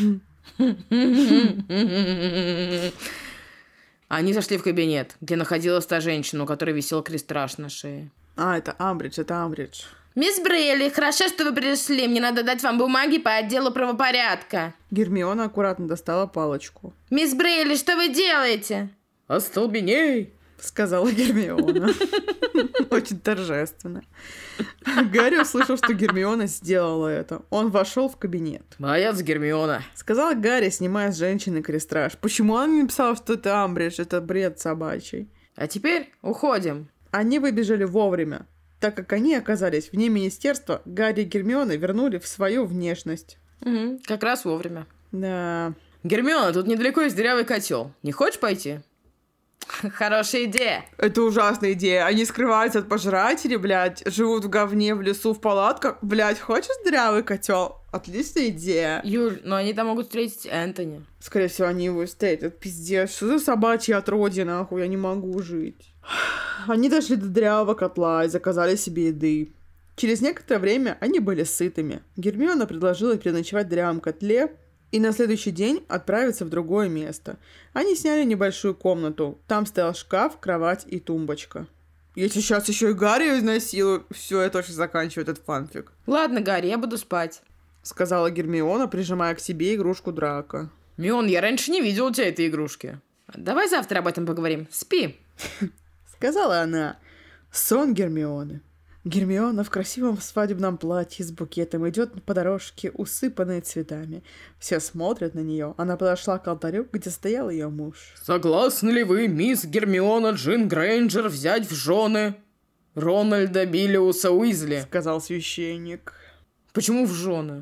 Они зашли в кабинет, где находилась та женщина, у которой висел крестраж на шее. А, это Амбридж, это Амбридж. «Мисс Брейли, хорошо, что вы пришли. Мне надо дать вам бумаги по отделу правопорядка». Гермиона аккуратно достала палочку. «Мисс Брейли, что вы делаете?» «Остолбеней», — сказала Гермиона. Очень торжественно. Гарри услышал, что Гермиона сделала это. Он вошел в кабинет. «Боец Гермиона», — сказала Гарри, снимая с женщины крестраж. Почему она не написала, что это Амбридж? Это бред собачий. «А теперь уходим». Они выбежали вовремя. Так как они оказались вне министерства, Гарри и Гермиона вернули в свою внешность. Угу, как раз вовремя. Да. «Гермиона, тут недалеко есть дырявый котел. Не хочешь пойти?» «Хорошая идея». Это ужасная идея. Они скрываются от пожирателей, блядь, живут в говне, в лесу, в палатках. Блядь, хочешь дырявый котел? Отличная идея. Юль, но они там могут встретить Энтони. Скорее всего, они его встретят. Пиздец, что за собачье отродье, нахуй, я не могу жить. Они дошли до дырявого котла и заказали себе еды. Через некоторое время они были сытыми. Гермиона предложила переночевать в дырявом котле и на следующий день отправиться в другое место. Они сняли небольшую комнату. Там стоял шкаф, кровать и тумбочка. Если сейчас еще и Гарри изнасилую, все, я точно заканчиваю этот фанфик. «Ладно, Гарри, я буду спать», — сказала Гермиона, прижимая к себе игрушку Драко. «Мион, я раньше не видел у тебя этой игрушки. Давай завтра об этом поговорим. Спи», — сказала она. Сон Гермионы. Гермиона в красивом свадебном платье с букетом идет по дорожке, усыпанной цветами. Все смотрят на нее. Она подошла к алтарю, где стоял ее муж. «Согласны ли вы, мисс Гермиона Джин Грейнджер, взять в жены Рональда Биллиуса Уизли?» — сказал священник. «Почему в жены?»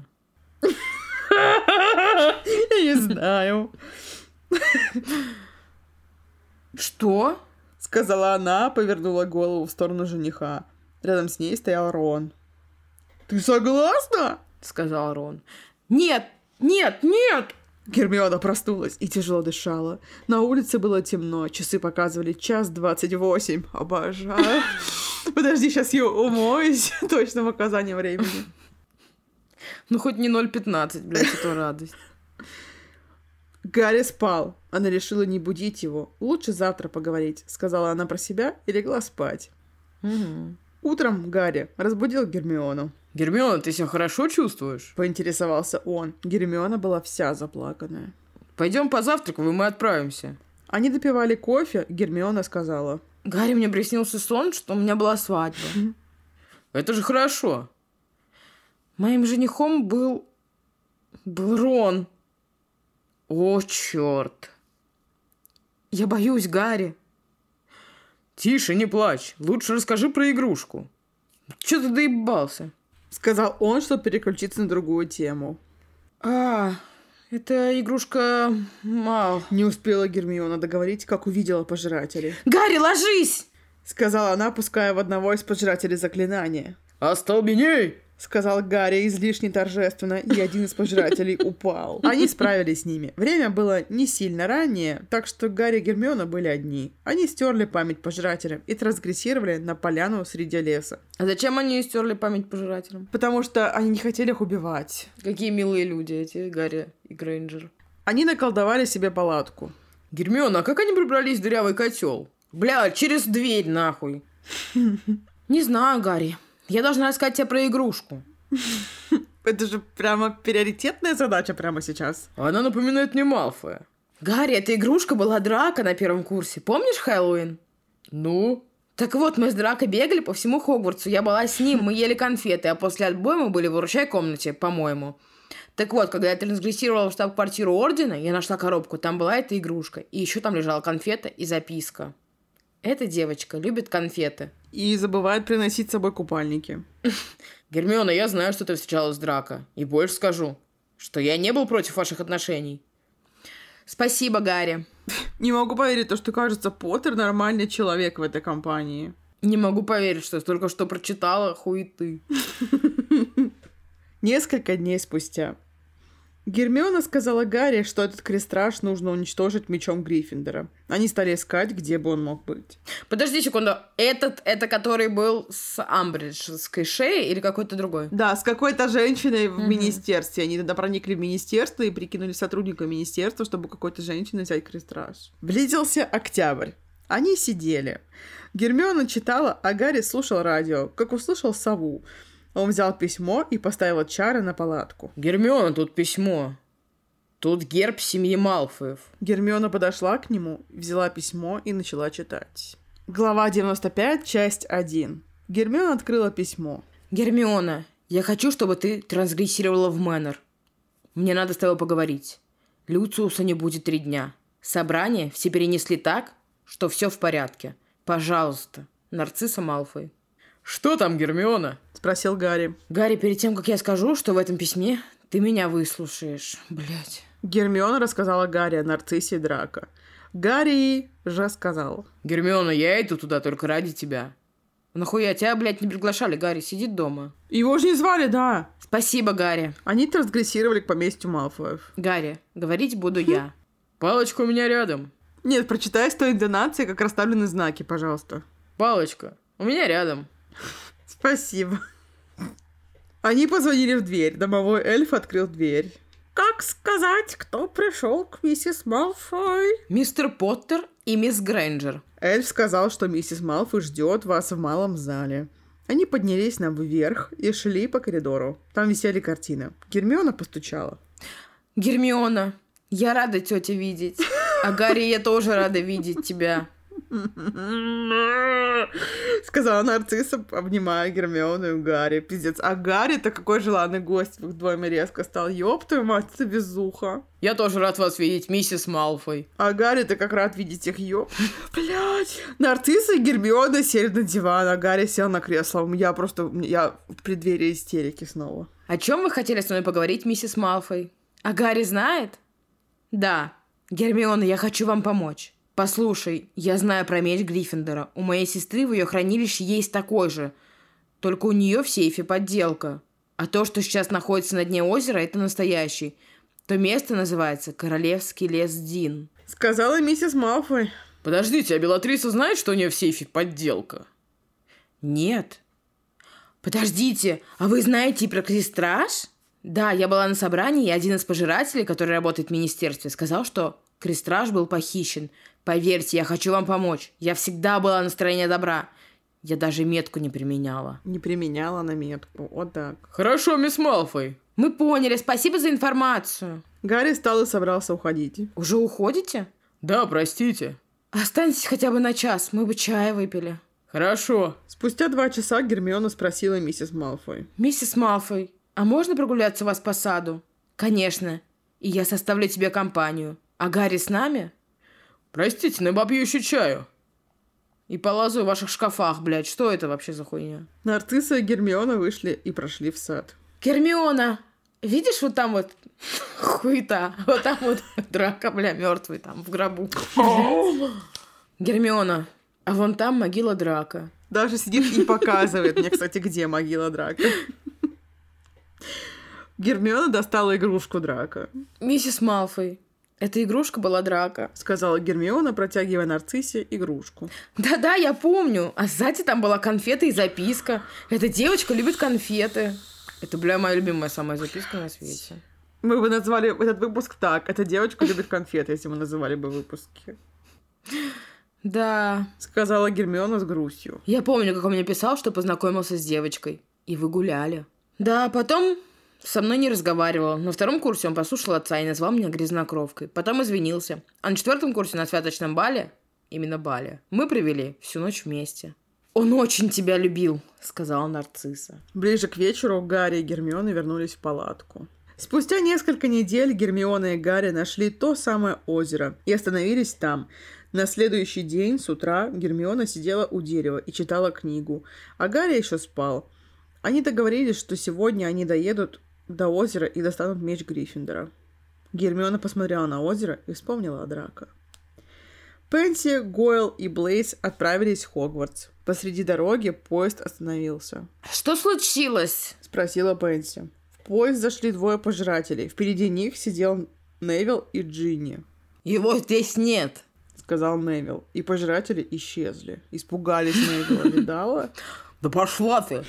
Я не знаю. «Что?» — сказала она, повернула голову в сторону жениха. Рядом с ней стоял Рон. «Ты согласна?» — сказал Рон. «Нет, нет, нет!» Гермиона проснулась и тяжело дышала. На улице было темно, часы показывали час двадцать восемь. Обожаю. Подожди, сейчас я умоюсь. Точным указанием времени. Ну, хоть не ноль пятнадцать, блядь, это радость. Гарри спал. Она решила не будить его. Лучше завтра поговорить, сказала она про себя и легла спать. Угу. Утром Гарри разбудил Гермиону. Гермиона, ты себя хорошо чувствуешь? Поинтересовался он. Гермиона была вся заплаканная. Пойдем позавтракаем, и мы отправимся. Они допивали кофе, Гермиона сказала. Гарри, мне приснился сон, что у меня была свадьба. Это же хорошо. Моим женихом был... был Рон. О, черт. Я боюсь, Гарри. Тише, не плачь. Лучше расскажи про игрушку. Че ты доебался? Сказал он, чтобы переключиться на другую тему. А, это игрушка... Мал. Не успела Гермиона договорить, как увидела пожирателей. Гарри, ложись! Сказала она, пуская в одного из пожирателей заклинание. Остолбеней! Сказал Гарри излишне торжественно, и один из пожирателей упал. Они справились с ними. Время было не сильно раннее, так что Гарри и Гермиона были одни. Они стерли память пожирателям и трансгрессировали на поляну среди леса. А зачем они стерли память пожирателям? Потому что они не хотели их убивать. Какие милые люди эти, Гарри и Грейнджер. Они наколдовали себе палатку. Гермиона, а как они пробрались в дырявый котел? Бля, через дверь нахуй. Не знаю, Гарри. Я должна рассказать тебе про игрушку. Это же прямо приоритетная задача прямо сейчас. Она напоминает мне Малфоя. Гарри, эта игрушка была Драко на первом курсе. Помнишь Хэллоуин? Ну? Так вот, мы с Драко бегали по всему Хогвартсу. Я была с ним, мы ели конфеты, а после отбоя мы были в выручай комнате, по-моему. Так вот, когда я трансгрессировала в штаб-квартиру Ордена, я нашла коробку, там была эта игрушка. И еще там лежала конфета и записка. Эта девочка любит конфеты. И забывает приносить с собой купальники. Гермиона, я знаю, что ты встречалась с Драко. И больше скажу, что я не был против ваших отношений. Спасибо, Гарри. Не могу поверить, то, что, кажется, Поттер нормальный человек в этой компании. Не могу поверить, что я только что прочитала хуеты. Несколько дней спустя. Гермиона сказала Гарри, что этот крестраж нужно уничтожить мечом Гриффиндора. Они стали искать, где бы он мог быть. Подожди секунду. Этот, это который был с Амбриджской шеей или какой-то другой? Да, с какой-то женщиной в Мгм. министерстве. Они тогда проникли в министерство и прикинули сотрудника министерства, чтобы какой-то женщине взять крестраж. Близился октябрь. Они сидели. Гермиона читала, а Гарри слушал радио, как услышал сову. Он взял письмо и поставил чары на палатку. Гермиона, тут письмо. Тут герб семьи Малфоев. Гермиона подошла к нему, взяла письмо и начала читать. Глава девяносто пять, часть один. Гермиона открыла письмо. Гермиона, я хочу, чтобы ты трансгрессировала в Мэннер. Мне надо с тобой поговорить. Люциуса не будет три дня. Собрание все перенесли так, что все в порядке. Пожалуйста, Нарцисса Малфой. Что там, Гермиона? Спросил Гарри. Гарри, перед тем, как я скажу, что в этом письме, ты меня выслушаешь. Блять. Гермиона рассказала Гарри о Нарциссе и Драко. Гарри же сказал. Гермиона, я иду туда только ради тебя. Нахуя тебя, блядь, не приглашали, Гарри? Сидит дома. Его же не звали, да. Спасибо, Гарри. Они трансгрессировали к поместью Малфоев. Гарри, говорить буду я. Палочка у меня рядом. Нет, прочитай с той интонацией, как расставлены знаки, пожалуйста. Палочка у меня рядом. Спасибо. Они позвонили в дверь. Домовой эльф открыл дверь. Как сказать, кто пришел к миссис Малфой? Мистер Поттер и мисс Грейнджер. Эльф сказал, что миссис Малфой ждет вас в малом зале. Они поднялись наверх и шли по коридору. Там висели картины. Гермиона постучала. Гермиона, я рада тетя видеть. А Гарри, я тоже рада видеть тебя. Сказала Нарцисса, обнимая Гермиону и Гарри. Пиздец. А Гарри-то какой желанный гость в их доме резко стал. Ёб твою мать, это безуха. Я тоже рад вас видеть, миссис Малфой. А Гарри-то как рад видеть их, ёб. Блядь. Нарцисса и Гермиона сели на диван, а Гарри сел на кресло. Я просто... Я в преддверии истерики снова. О чем вы хотели со мной поговорить, миссис Малфой? А Гарри знает? Да. Гермиона, я хочу вам помочь. Послушай, я знаю про меч Гриффиндора. У моей сестры в ее хранилище есть такой же. Только у нее в сейфе подделка. А то, что сейчас находится на дне озера, это настоящий. То место называется Королевский лес Дин. Сказала миссис Малфой. Подождите, а Белатриса знает, что у нее в сейфе подделка? Нет. Подождите, а вы знаете про крестраж? Да, я была на собрании, и один из пожирателей, который работает в министерстве, сказал, что крестраж был похищен. Поверьте, я хочу вам помочь. Я всегда была на стороне добра. Я даже метку не применяла. Не применяла на метку, вот так. Хорошо, мисс Малфой. Мы поняли, спасибо за информацию. Гарри встал и собрался уходить. Уже уходите? Да, простите. Останьтесь хотя бы на час, мы бы чая выпили. Хорошо. Спустя два часа Гермиона спросила миссис Малфой. Миссис Малфой, а можно прогуляться у вас по саду? Конечно. И я составлю тебе компанию. А Гарри с нами? Простите, но попью еще чаю. И полазу в ваших шкафах, блядь. Что это вообще за хуйня? Нарцисса и Гермиона вышли и прошли в сад. Гермиона, видишь вот там вот хуета? Вот там вот драка, бля, мертвый там в гробу. Гермиона, а вон там могила Драка. Даже сидит и показывает мне, кстати, где могила Драка. Гермиона достала игрушку Драка. Миссис Малфой, эта игрушка была Драка. Сказала Гермиона, протягивая Нарциссе игрушку. Да-да, я помню. А сзади там была конфета и записка. Эта девочка любит конфеты. Это, бля, моя любимая самая записка на свете. Мы бы назвали этот выпуск так. Эта девочка любит конфеты, если мы называли бы выпуски. Да. Сказала Гермиона с грустью. Я помню, как он мне писал, что познакомился с девочкой. И вы гуляли. Да, потом со мной не разговаривал. На втором курсе он послушал отца и назвал меня грязнокровкой. Потом извинился. А на четвертом курсе на святочном бале, именно бале, мы провели всю ночь вместе. «Он очень тебя любил», — сказала Нарцисса. Ближе к вечеру Гарри и Гермиона вернулись в палатку. Спустя несколько недель Гермиона и Гарри нашли то самое озеро и остановились там. На следующий день с утра Гермиона сидела у дерева и читала книгу, а Гарри еще спал. Они договорились, что сегодня они доедут до озера и достанут меч Гриффиндора. Гермиона посмотрела на озеро и вспомнила о Драко. Пенси, Гойл и Блейз отправились в Хогвартс. Посреди дороги поезд остановился. «Что случилось?» – спросила Пенси. В поезд зашли двое пожирателей. Впереди них сидел Невилл и Джинни. «Его здесь нет», — сказал Невилл. И пожиратели исчезли. Испугались Невилла, видала? Да пошла ты!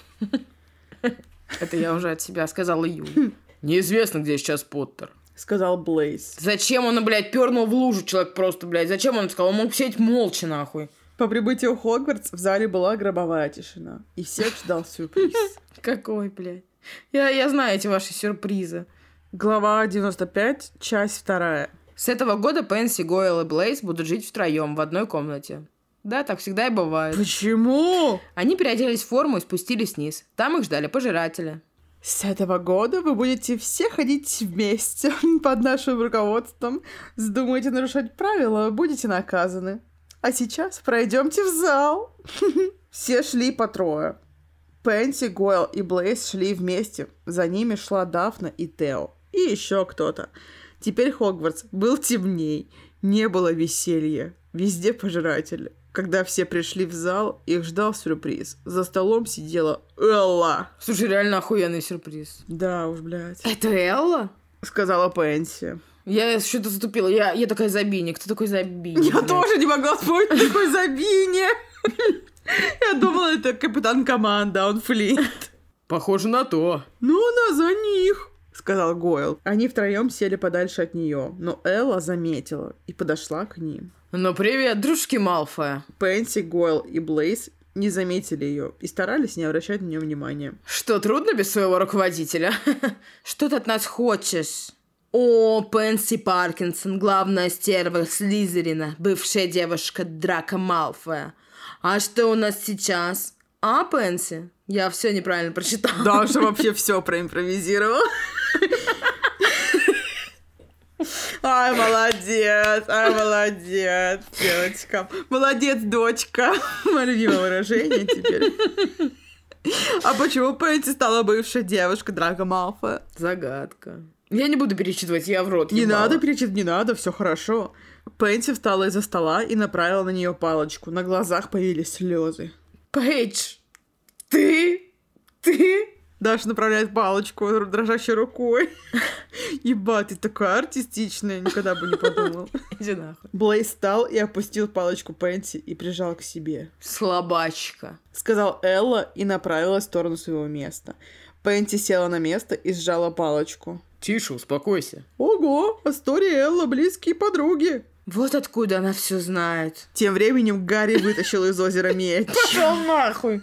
Это я уже от себя сказала Юля. Неизвестно, где сейчас Поттер. Сказал Блейз. Зачем он, блядь, пернул в лужу человек просто, блядь? Зачем он сказал? Он мог сидеть молча, нахуй. По прибытию в Хогвартс в зале была гробовая тишина. И всех ждал сюрприз. Какой, блядь? Я, я знаю эти ваши сюрпризы. Глава девяносто пять, часть вторая. С этого года Пенси, Гойл и Блейз будут жить втроем в одной комнате. Да, так всегда и бывает. Почему? Они переоделись в форму и спустились вниз. Там их ждали пожиратели. С этого года вы будете все ходить вместе под нашим руководством. Вздумаете нарушать правила, будете наказаны. А сейчас пройдемте в зал. Все шли по трое. Пенси, Гойл и Блейз шли вместе. За ними шла Дафна и Тео. И еще кто-то. Теперь Хогвартс был темней. Не было веселья. Везде пожиратели. Когда все пришли в зал, их ждал сюрприз. За столом сидела Элла. Слушай, реально охуенный сюрприз. Да уж, блядь. Это Элла? Сказала Пенси. Я что-то затупила. Я, я такая Забини. Кто такой Забини? Я блядь? Тоже не могла вспомнить такой Забини. Я думала, это капитан команды, а он Флинт. Похоже на то. Ну, она за них, сказал Гойл. Они втроем сели подальше от нее, но Элла заметила и подошла к ним. Ну, привет, дружки Малфоя. Пенси, Гойл и Блейз не заметили ее и старались не обращать на нее внимания. Что, трудно без своего руководителя? Что ты от нас хочешь? О, Пенси Паркинсон, главная стерва Слизерина, бывшая девушка Драко Малфоя. А что у нас сейчас? А, Пенси? Я все неправильно прочитала. Даша вообще все проимпровизировала. Ай, молодец, ай, молодец, девочка. Молодец, дочка. Мое любимое выражение теперь. А почему Пенси стала бывшей девушкой Драко Малфоя? Загадка. Я не буду перечитывать, я в рот ебала. Не надо перечитывать, не надо, все хорошо. Пенси встала из-за стола и направила на нее палочку. На глазах появились слезы. Пейдж, ты? Ты? Даша направляет палочку дрожащей рукой. Ебать, ты такая артистичная, никогда бы не подумал. Иди нахуй. Блейз встал и опустил палочку Пенси и прижал к себе. Слабачка. Сказал Элла и направилась в сторону своего места. Пенси села на место и сжала палочку. Тише, успокойся. Ого, Астори и Элла близкие подруги. Вот откуда она все знает. Тем временем Гарри вытащил из озера меч. Пошел нахуй!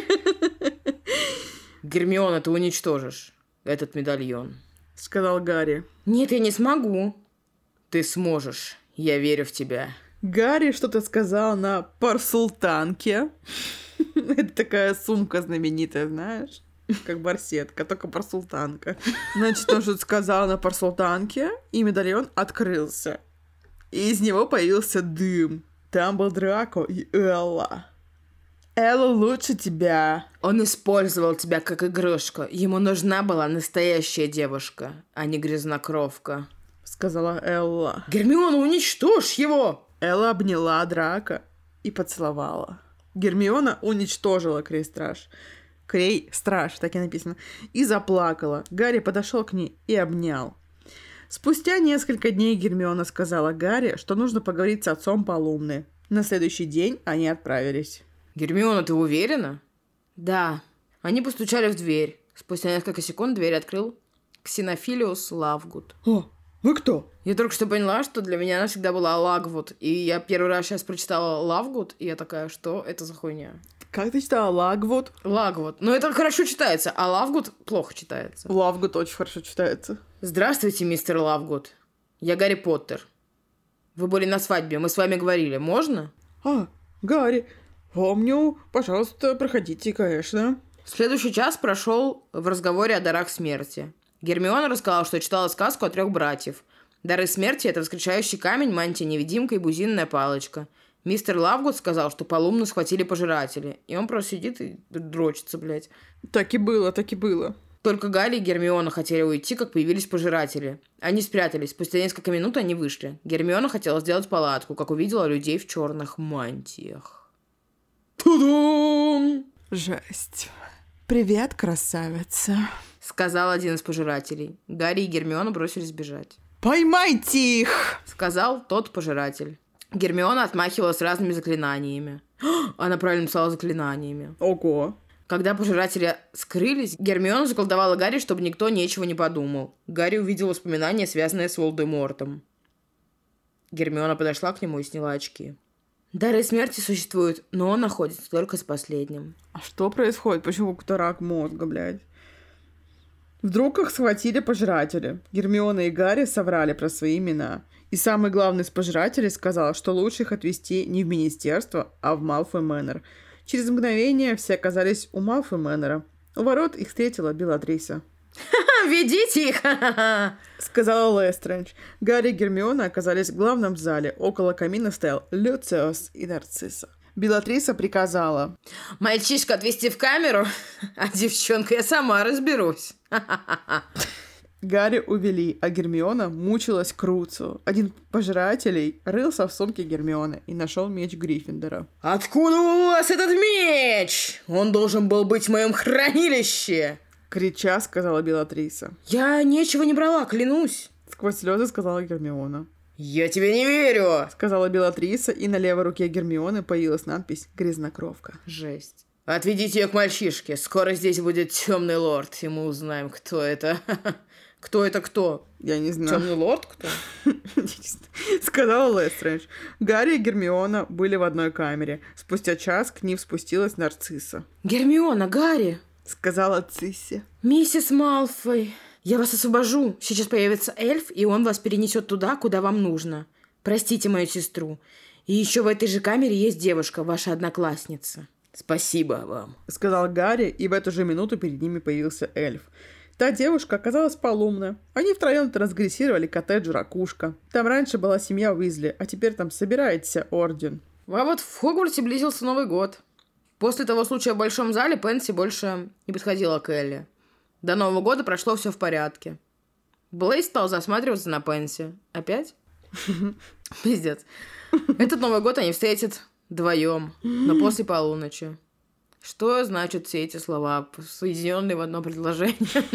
Гермиона, ты уничтожишь этот медальон. Сказал Гарри. Нет, я не смогу. Ты сможешь. Я верю в тебя. Гарри что-то сказал на парсултанке. Это такая сумка знаменитая, знаешь? Как барсетка, только парсултанка. Значит, он что-то сказал на парсултанке, и медальон открылся. И из него появился дым. Там был Драко и Элла. Элла лучше тебя. Он использовал тебя как игрушку. Ему нужна была настоящая девушка, а не грязнокровка. Сказала Элла. Гермиона, уничтожь его! Элла обняла Драко и поцеловала. Гермиона уничтожила Крей-страж. Крей-страж, так и написано. И заплакала. Гарри подошел к ней и обнял. Спустя несколько дней Гермиона сказала Гарри, что нужно поговорить с отцом Полумны. На следующий день они отправились. Гермиона, ты уверена? Да. Они постучали в дверь. Спустя несколько секунд дверь открыл Ксенофилиус Лавгуд. О, вы кто? Я только что поняла, что для меня она всегда была Лагвуд. И я первый раз сейчас прочитала Лавгуд, и я такая, что это за хуйня? Как ты читала? Лагвуд? Лагвуд. Ну, это хорошо читается, а Лавгуд плохо читается. Лавгуд очень хорошо читается. Здравствуйте, мистер Лавгуд. Я Гарри Поттер. Вы были на свадьбе, мы с вами говорили. Можно? А, Гарри, помню. Пожалуйста, проходите, конечно. Следующий час прошел в разговоре о дарах смерти. Гермиона рассказала, что читала сказку о трех братьев. Дары смерти — это воскрешающий камень, мантия-невидимка и бузинная палочка. Мистер Лавгуд сказал, что Полумну схватили пожиратели. И он просто сидит и дрочится, блядь. Так и было, так и было. Только Гарри и Гермиона хотели уйти, как появились пожиратели. Они спрятались. Спустя несколько минут они вышли. Гермиона хотела сделать палатку, как увидела людей в черных мантиях. Тудум! Жесть. Привет, красавица. Сказал один из пожирателей. Гарри и Гермиона бросились бежать. Поймайте их! Сказал тот пожиратель. Гермиона отмахивалась разными заклинаниями. Она правильно написала заклинаниями. Ого. Когда пожиратели скрылись, Гермиона заколдовала Гарри, чтобы никто ничего не подумал. Гарри увидел воспоминания, связанные с Волдемортом. Гермиона подошла к нему и сняла очки. Дары смерти существуют, но он находится только с последним. А что происходит? Почему какой-то рак мозга, блядь? Вдруг их схватили пожиратели. Гермиона и Гарри соврали про свои имена. И самый главный из пожирателей сказал, что лучше их отвезти не в министерство, а в Малфой Мэннер. Через мгновение все оказались у Малфой Мэннера. У ворот их встретила Белатриса. «Ха-ха, ведите их!» сказала Лестрендж. Гарри и Гермиона оказались в главном зале. Около камина стоял Люциус и Нарцисса. Белатриса приказала: «Мальчишку отвезти в камеру, а девчонка я сама разберусь». Гарри увели, а Гермиона мучилась Круцу. Один из пожирателей рылся в сумке Гермионы и нашел меч Гриффиндора. «Откуда у вас этот меч? Он должен был быть в моем хранилище!» Крича, сказала Белатриса. «Я ничего не брала, клянусь!» Сквозь слезы сказала Гермиона. «Я тебе не верю!» Сказала Белатриса, и на левой руке Гермионы появилась надпись «Грязнокровка». Жесть. «Отведите ее к мальчишке. Скоро здесь будет темный лорд, и мы узнаем, кто это». Кто это кто? Я не знаю. Темный лорд кто? Сказала Лестрендж. Гарри и Гермиона были в одной камере. Спустя час к ним спустилась Нарцисса. «Гермиона, Гарри!» Сказала Цисси. «Миссис Малфой, я вас освобожу. Сейчас появится эльф, и он вас перенесет туда, куда вам нужно. Простите мою сестру. И еще в этой же камере есть девушка, ваша одноклассница». «Спасибо вам», — сказал Гарри, и в эту же минуту перед ними появился эльф. Та девушка оказалась Полумна. Они втроем трансгрессировали коттедж Ракушка. Там раньше была семья Уизли, а теперь там собирается орден. А вот в Хогвартсе близился Новый год. После того случая в Большом зале Пенси больше не подходила к Элли. До Нового года прошло все в порядке. Блейз стал засматриваться на Пенси. Опять? Пиздец. Этот Новый год они встретят вдвоем, но после полуночи. Что значат все эти слова, соединенные в одно предложение?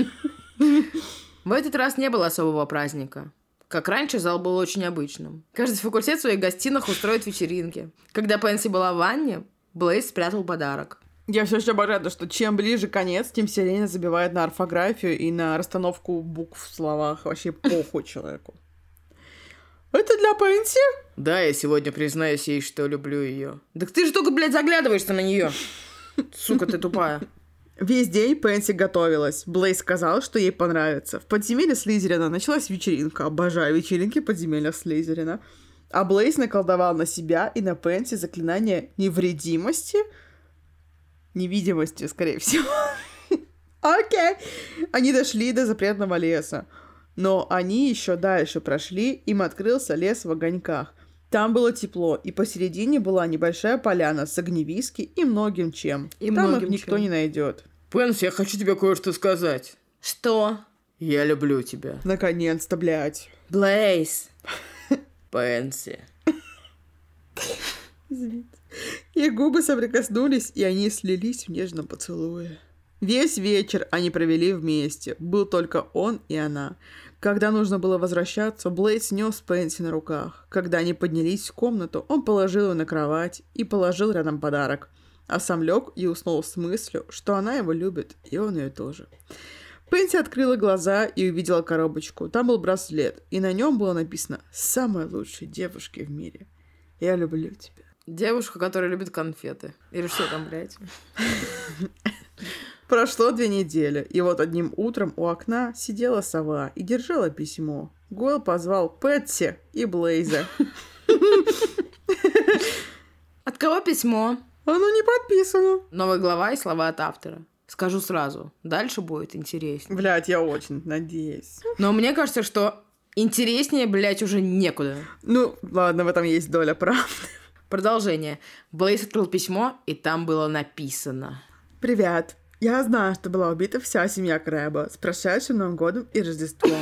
В этот раз не было особого праздника. Как раньше, зал был очень обычным. Каждый факультет в своих гостинах устроит вечеринки. Когда Пенси была в ванне, Блейз спрятал подарок. Я все еще обожаю, что чем ближе конец, тем сильнее забивает на орфографию и на расстановку букв в словах. Вообще похуй человеку. Это для Пенси? Да, я сегодня признаюсь ей, что люблю ее. Так ты же только, блядь, заглядываешься на нее. Сука, ты тупая. Весь день Пенси готовилась. Блейз сказал, что ей понравится. В подземелье Слизерина началась вечеринка. Обожаю вечеринки подземелья Слизерина. А Блейз наколдовал на себя и на Пенси заклинание невредимости. Невидимости, скорее всего. Окей. Они дошли до запретного леса. Но они еще дальше прошли, им открылся лес в огоньках. Там было тепло, и посередине была небольшая поляна с огневиски и многим чем. И Там многим их никто чем. не найдет. Пенси, я хочу тебе кое-что сказать. Что? Я люблю тебя. Наконец-то, блядь. Блейз. Пенси. Извините. Их губы соприкоснулись, и они слились в нежном поцелуе. Весь вечер они провели вместе. Был только он и она. Когда нужно было возвращаться, Блейз нес Пенси на руках. Когда они поднялись в комнату, он положил ее на кровать и положил рядом подарок. А сам лег и уснул с мыслью, что она его любит, и он ее тоже. Пенси открыла глаза и увидела коробочку. Там был браслет, и на нем было написано «Самая лучшая девушка в мире. Я люблю тебя». Девушка, которая любит конфеты. Или что там, блядь? Прошло две недели, и вот одним утром у окна сидела сова и держала письмо. Гойл позвал Пэтси и Блейза. От кого письмо? Оно не подписано. Новая глава и слова от автора. Скажу сразу, дальше будет интереснее. Блядь, я очень надеюсь. Но мне кажется, что интереснее, блядь, уже некуда. Ну, ладно, в этом есть доля правды. Продолжение. Блейз открыл письмо, и там было написано. Привет. Я знаю, что была убита вся семья Крэба с прошедшим Новым годом и Рождеством.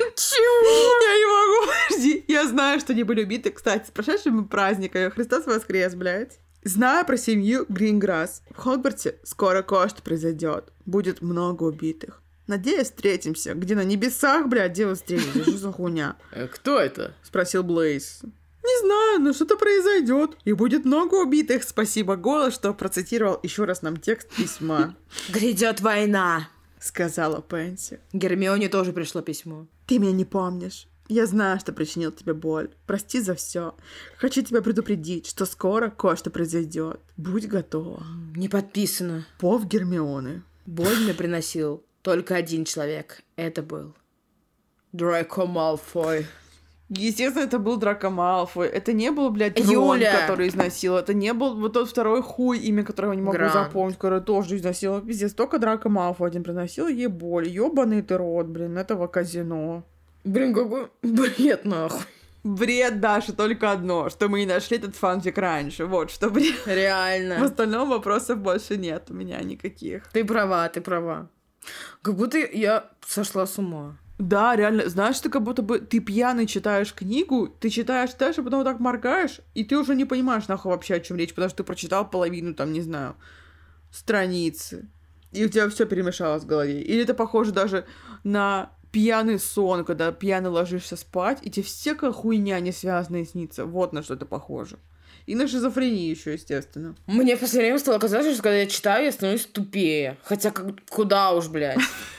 Чего? Я не могу, подожди. Я знаю, что они были убиты, кстати, с прошедшими праздниками. Христос воскрес, блядь. Знаю про семью Гринграсс. В Хогвартсе скоро кое-что произойдет. Будет много убитых. Надеюсь, встретимся. Где на небесах, блядь, где вы встретитесь? Что за хуйня? Э, кто это? Спросил Блейз. Не знаю, но что-то произойдет. И будет много убитых. Спасибо, голос, что процитировал еще раз нам текст письма. Грядет война, Сказала Пенси. Гермионе тоже пришло письмо. Ты меня не помнишь. Я знаю, что причинил тебе боль. Прости за все. Хочу тебя предупредить, что скоро кое-что произойдет. Будь готова. Не подписано. Пов Гермионы. Боль мне приносил только один человек. Это был Драко Малфой. Естественно, это был Драко Малфой. Это не был, блядь, Рон, Юля! который изнасиловал. Это не был вот тот второй хуй, имя которого я не могу Грант. запомнить, который тоже изнасиловал. Пиздец, только Драко Малфой один приносил ей боль. Ёбаный ты рот, блин, этого казино. Блин, какой бред, нахуй. Бред, Даша, только одно, что мы не нашли этот фанфик раньше. Вот что бред. В Реально. остальном вопросов больше нет у меня никаких. Ты права, ты права. Как будто я сошла с ума. Да, реально, знаешь, ты как будто бы ты пьяный читаешь книгу, ты читаешь, читаешь, а потом вот так моргаешь, и ты уже не понимаешь, нахуй, вообще, о чем речь, потому что ты прочитал половину, там, не знаю, страницы, и у тебя все перемешалось в голове. Или это похоже даже на пьяный сон, когда пьяный ложишься спать, и тебе всякая хуйня не связанная снится. Вот на что это похоже. И на шизофрению еще, естественно. Мне в последнее время стало казаться, что когда я читаю, я становлюсь тупее. Хотя как, куда уж, блядь.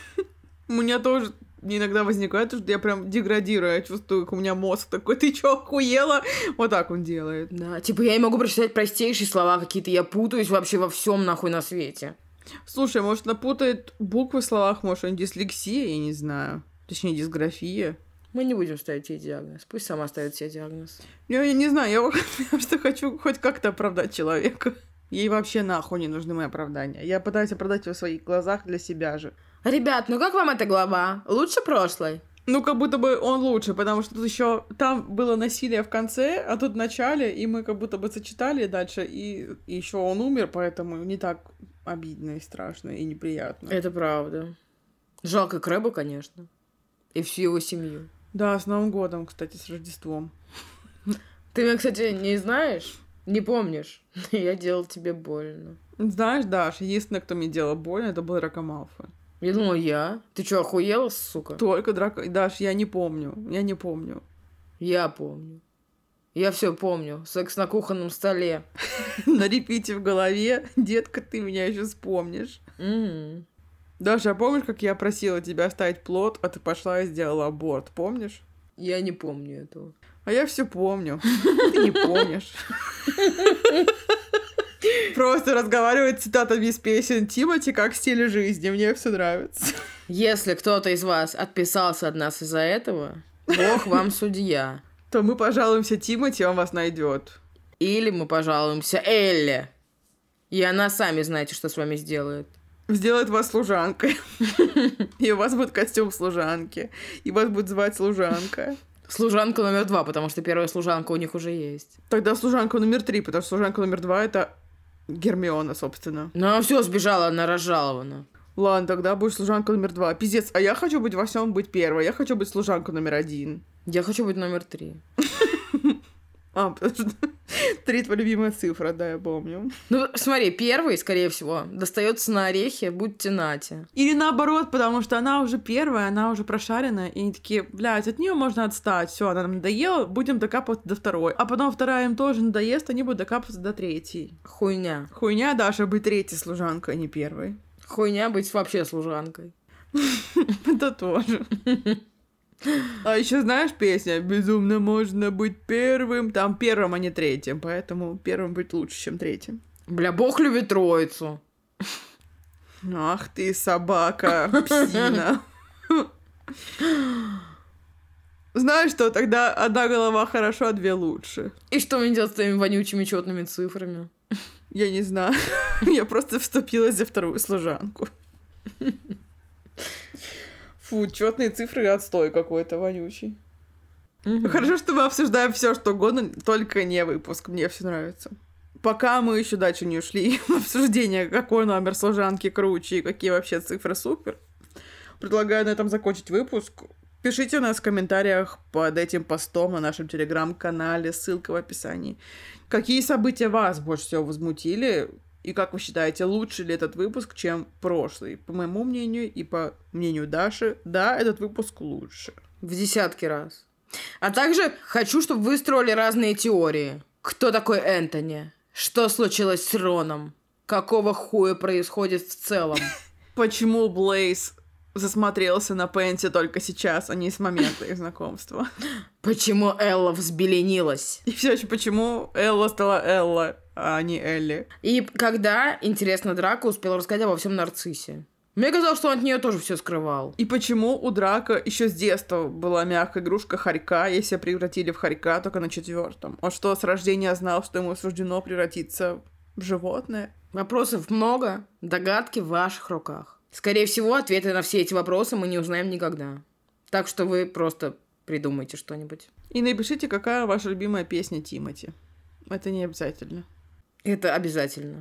У меня тоже иногда возникает, что я прям деградирую, я чувствую, как у меня мозг такой, ты чё, охуела? Вот так он делает. Да, типа я не могу прочитать простейшие слова какие-то, я путаюсь вообще во всем нахуй на свете. Слушай, может, напутает буквы в словах, может, он дислексия, я не знаю. Точнее, дисграфия. Мы не будем ставить ей диагноз. Пусть сама ставит себе диагноз. Я, я не знаю, я просто хочу хоть как-то оправдать человека. Ей вообще нахуй не нужны мои оправдания. Я пытаюсь оправдать его в своих глазах для себя же. Ребят, ну как вам эта глава? Лучше прошлой? Ну, как будто бы он лучше, потому что тут еще там было насилие в конце, а тут в начале, и мы как будто бы сочетали дальше, и, и еще он умер, поэтому не так обидно и страшно и неприятно. Это правда. Жалко Крэба, конечно. И всю его семью. Да, с Новым годом, кстати, с Рождеством. Ты меня, кстати, не знаешь? Не помнишь? Я делал тебе больно. Знаешь, Даш, единственное, кто мне делал больно, это был Драко Малфой. Я думала, я? Ты что, охуела, сука? Только Драко... Даш, я не помню, я не помню. Я помню. Я все помню. Секс на кухонном столе. На репите в голове, детка, ты меня еще вспомнишь. Угу. Даша, а помнишь, как я просила тебя оставить плод, а ты пошла и сделала аборт, помнишь? Я не помню этого. А я все помню. Ты не помнишь. Просто разговаривать цитатами из песен Тимати как стиль жизни. Мне все нравится. Если кто-то из вас отписался от нас из-за этого, Бог вам судья. То мы пожалуемся Тимати, он вас найдет. Или мы пожалуемся Элле. И она, сами знаете, что с вами сделает. Сделает вас служанкой. И у вас будет костюм служанки. И вас будет звать служанка. Служанка номер два, потому что первая служанка у них уже есть. Тогда служанка номер три, потому что служанка номер два — это Гермиона, собственно. Ну, она все сбежала, она разжалована. Ладно, тогда будешь служанка номер два. Пиздец, а я хочу быть во всем быть первой. Я хочу быть служанка номер один. Я хочу быть номер три. А, потому что три — твоя любимая цифра, да, я помню. Ну, смотри, первый, скорее всего, достается на орехи, будьте нате. Или наоборот, потому что она уже первая, она уже прошаренная, и они такие, блядь, от нее можно отстать, все, она нам надоела, будем докапываться до второй. А потом вторая им тоже надоест, они будут докапываться до третьей. Хуйня. Хуйня, Даша, быть третьей служанкой, а не первой. Хуйня быть вообще служанкой. Это тоже. А еще знаешь песня «Безумно можно быть первым». Там первым, а не третьим, поэтому первым быть лучше, чем третьим. Бля, Бог любит троицу. Ах ты, собака, псина. Знаешь что, тогда одна голова хорошо, а две лучше. И что мне делать с твоими вонючими четными цифрами? Я не знаю. Я просто вступилась за вторую служанку. Фу, четные цифры и отстой какой-то вонючий. Угу. Хорошо, что мы обсуждаем все, что угодно, только не выпуск. Мне все нравится. Пока мы еще дальше не ушли в обсуждение, какой номер служанки круче и какие вообще цифры супер, предлагаю на этом закончить выпуск. Пишите у нас в комментариях под этим постом на нашем телеграм-канале, ссылка в описании. Какие события вас больше всего возмутили? И как вы считаете, лучше ли этот выпуск, чем прошлый? По моему мнению и по мнению Даши, да, этот выпуск лучше. В десятки раз. А также хочу, чтобы вы строили разные теории. Кто такой Энтони? Что случилось с Роном? Какого хуя происходит в целом? Почему Блейз засмотрелся на Пенси только сейчас, а не с момента их знакомства? Почему Элла взбеленилась? И все еще почему Элла стала Элла, а не Элли? И когда, интересно, Драко успел рассказать обо всем Нарциссе? Мне казалось, что он от нее тоже все скрывал. И почему у Драко еще с детства была мягкая игрушка хорька, если превратили в хорька только на четвертом? Он что, с рождения знал, что ему суждено превратиться в животное? Вопросов много, догадки в ваших руках. Скорее всего, ответы на все эти вопросы мы не узнаем никогда. Так что вы просто придумайте что-нибудь. И напишите, какая ваша любимая песня Тимати. Это не обязательно. Это обязательно.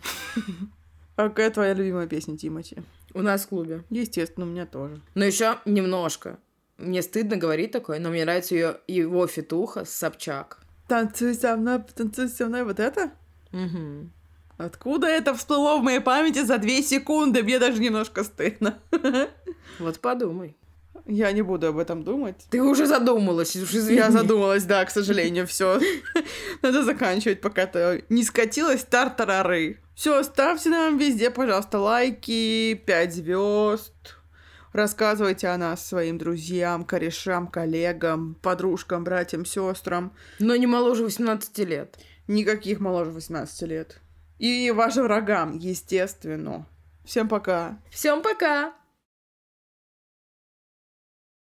А какая твоя любимая песня Тимати? У нас в клубе. Естественно, у меня тоже. Но еще немножко. Мне стыдно говорить такое, но мне нравится ее, его фитуха с Собчак. Танцуй со мной, танцуй со мной. Вот это? Угу. Откуда это всплыло в моей памяти за две секунды? Мне даже немножко стыдно. Вот подумай. Я не буду об этом думать. Ты уже задумалась, уж извини. Я задумалась, да, к сожалению, все. Надо заканчивать, пока ты не скатилась тартарары. Все, ставьте нам везде, пожалуйста, лайки, пять звезд. Рассказывайте о нас своим друзьям, корешам, коллегам, подружкам, братьям, сестрам. Но не моложе восемнадцати лет. Никаких моложе восемнадцати лет. И вашим врагам, естественно. Всем пока. Всем пока!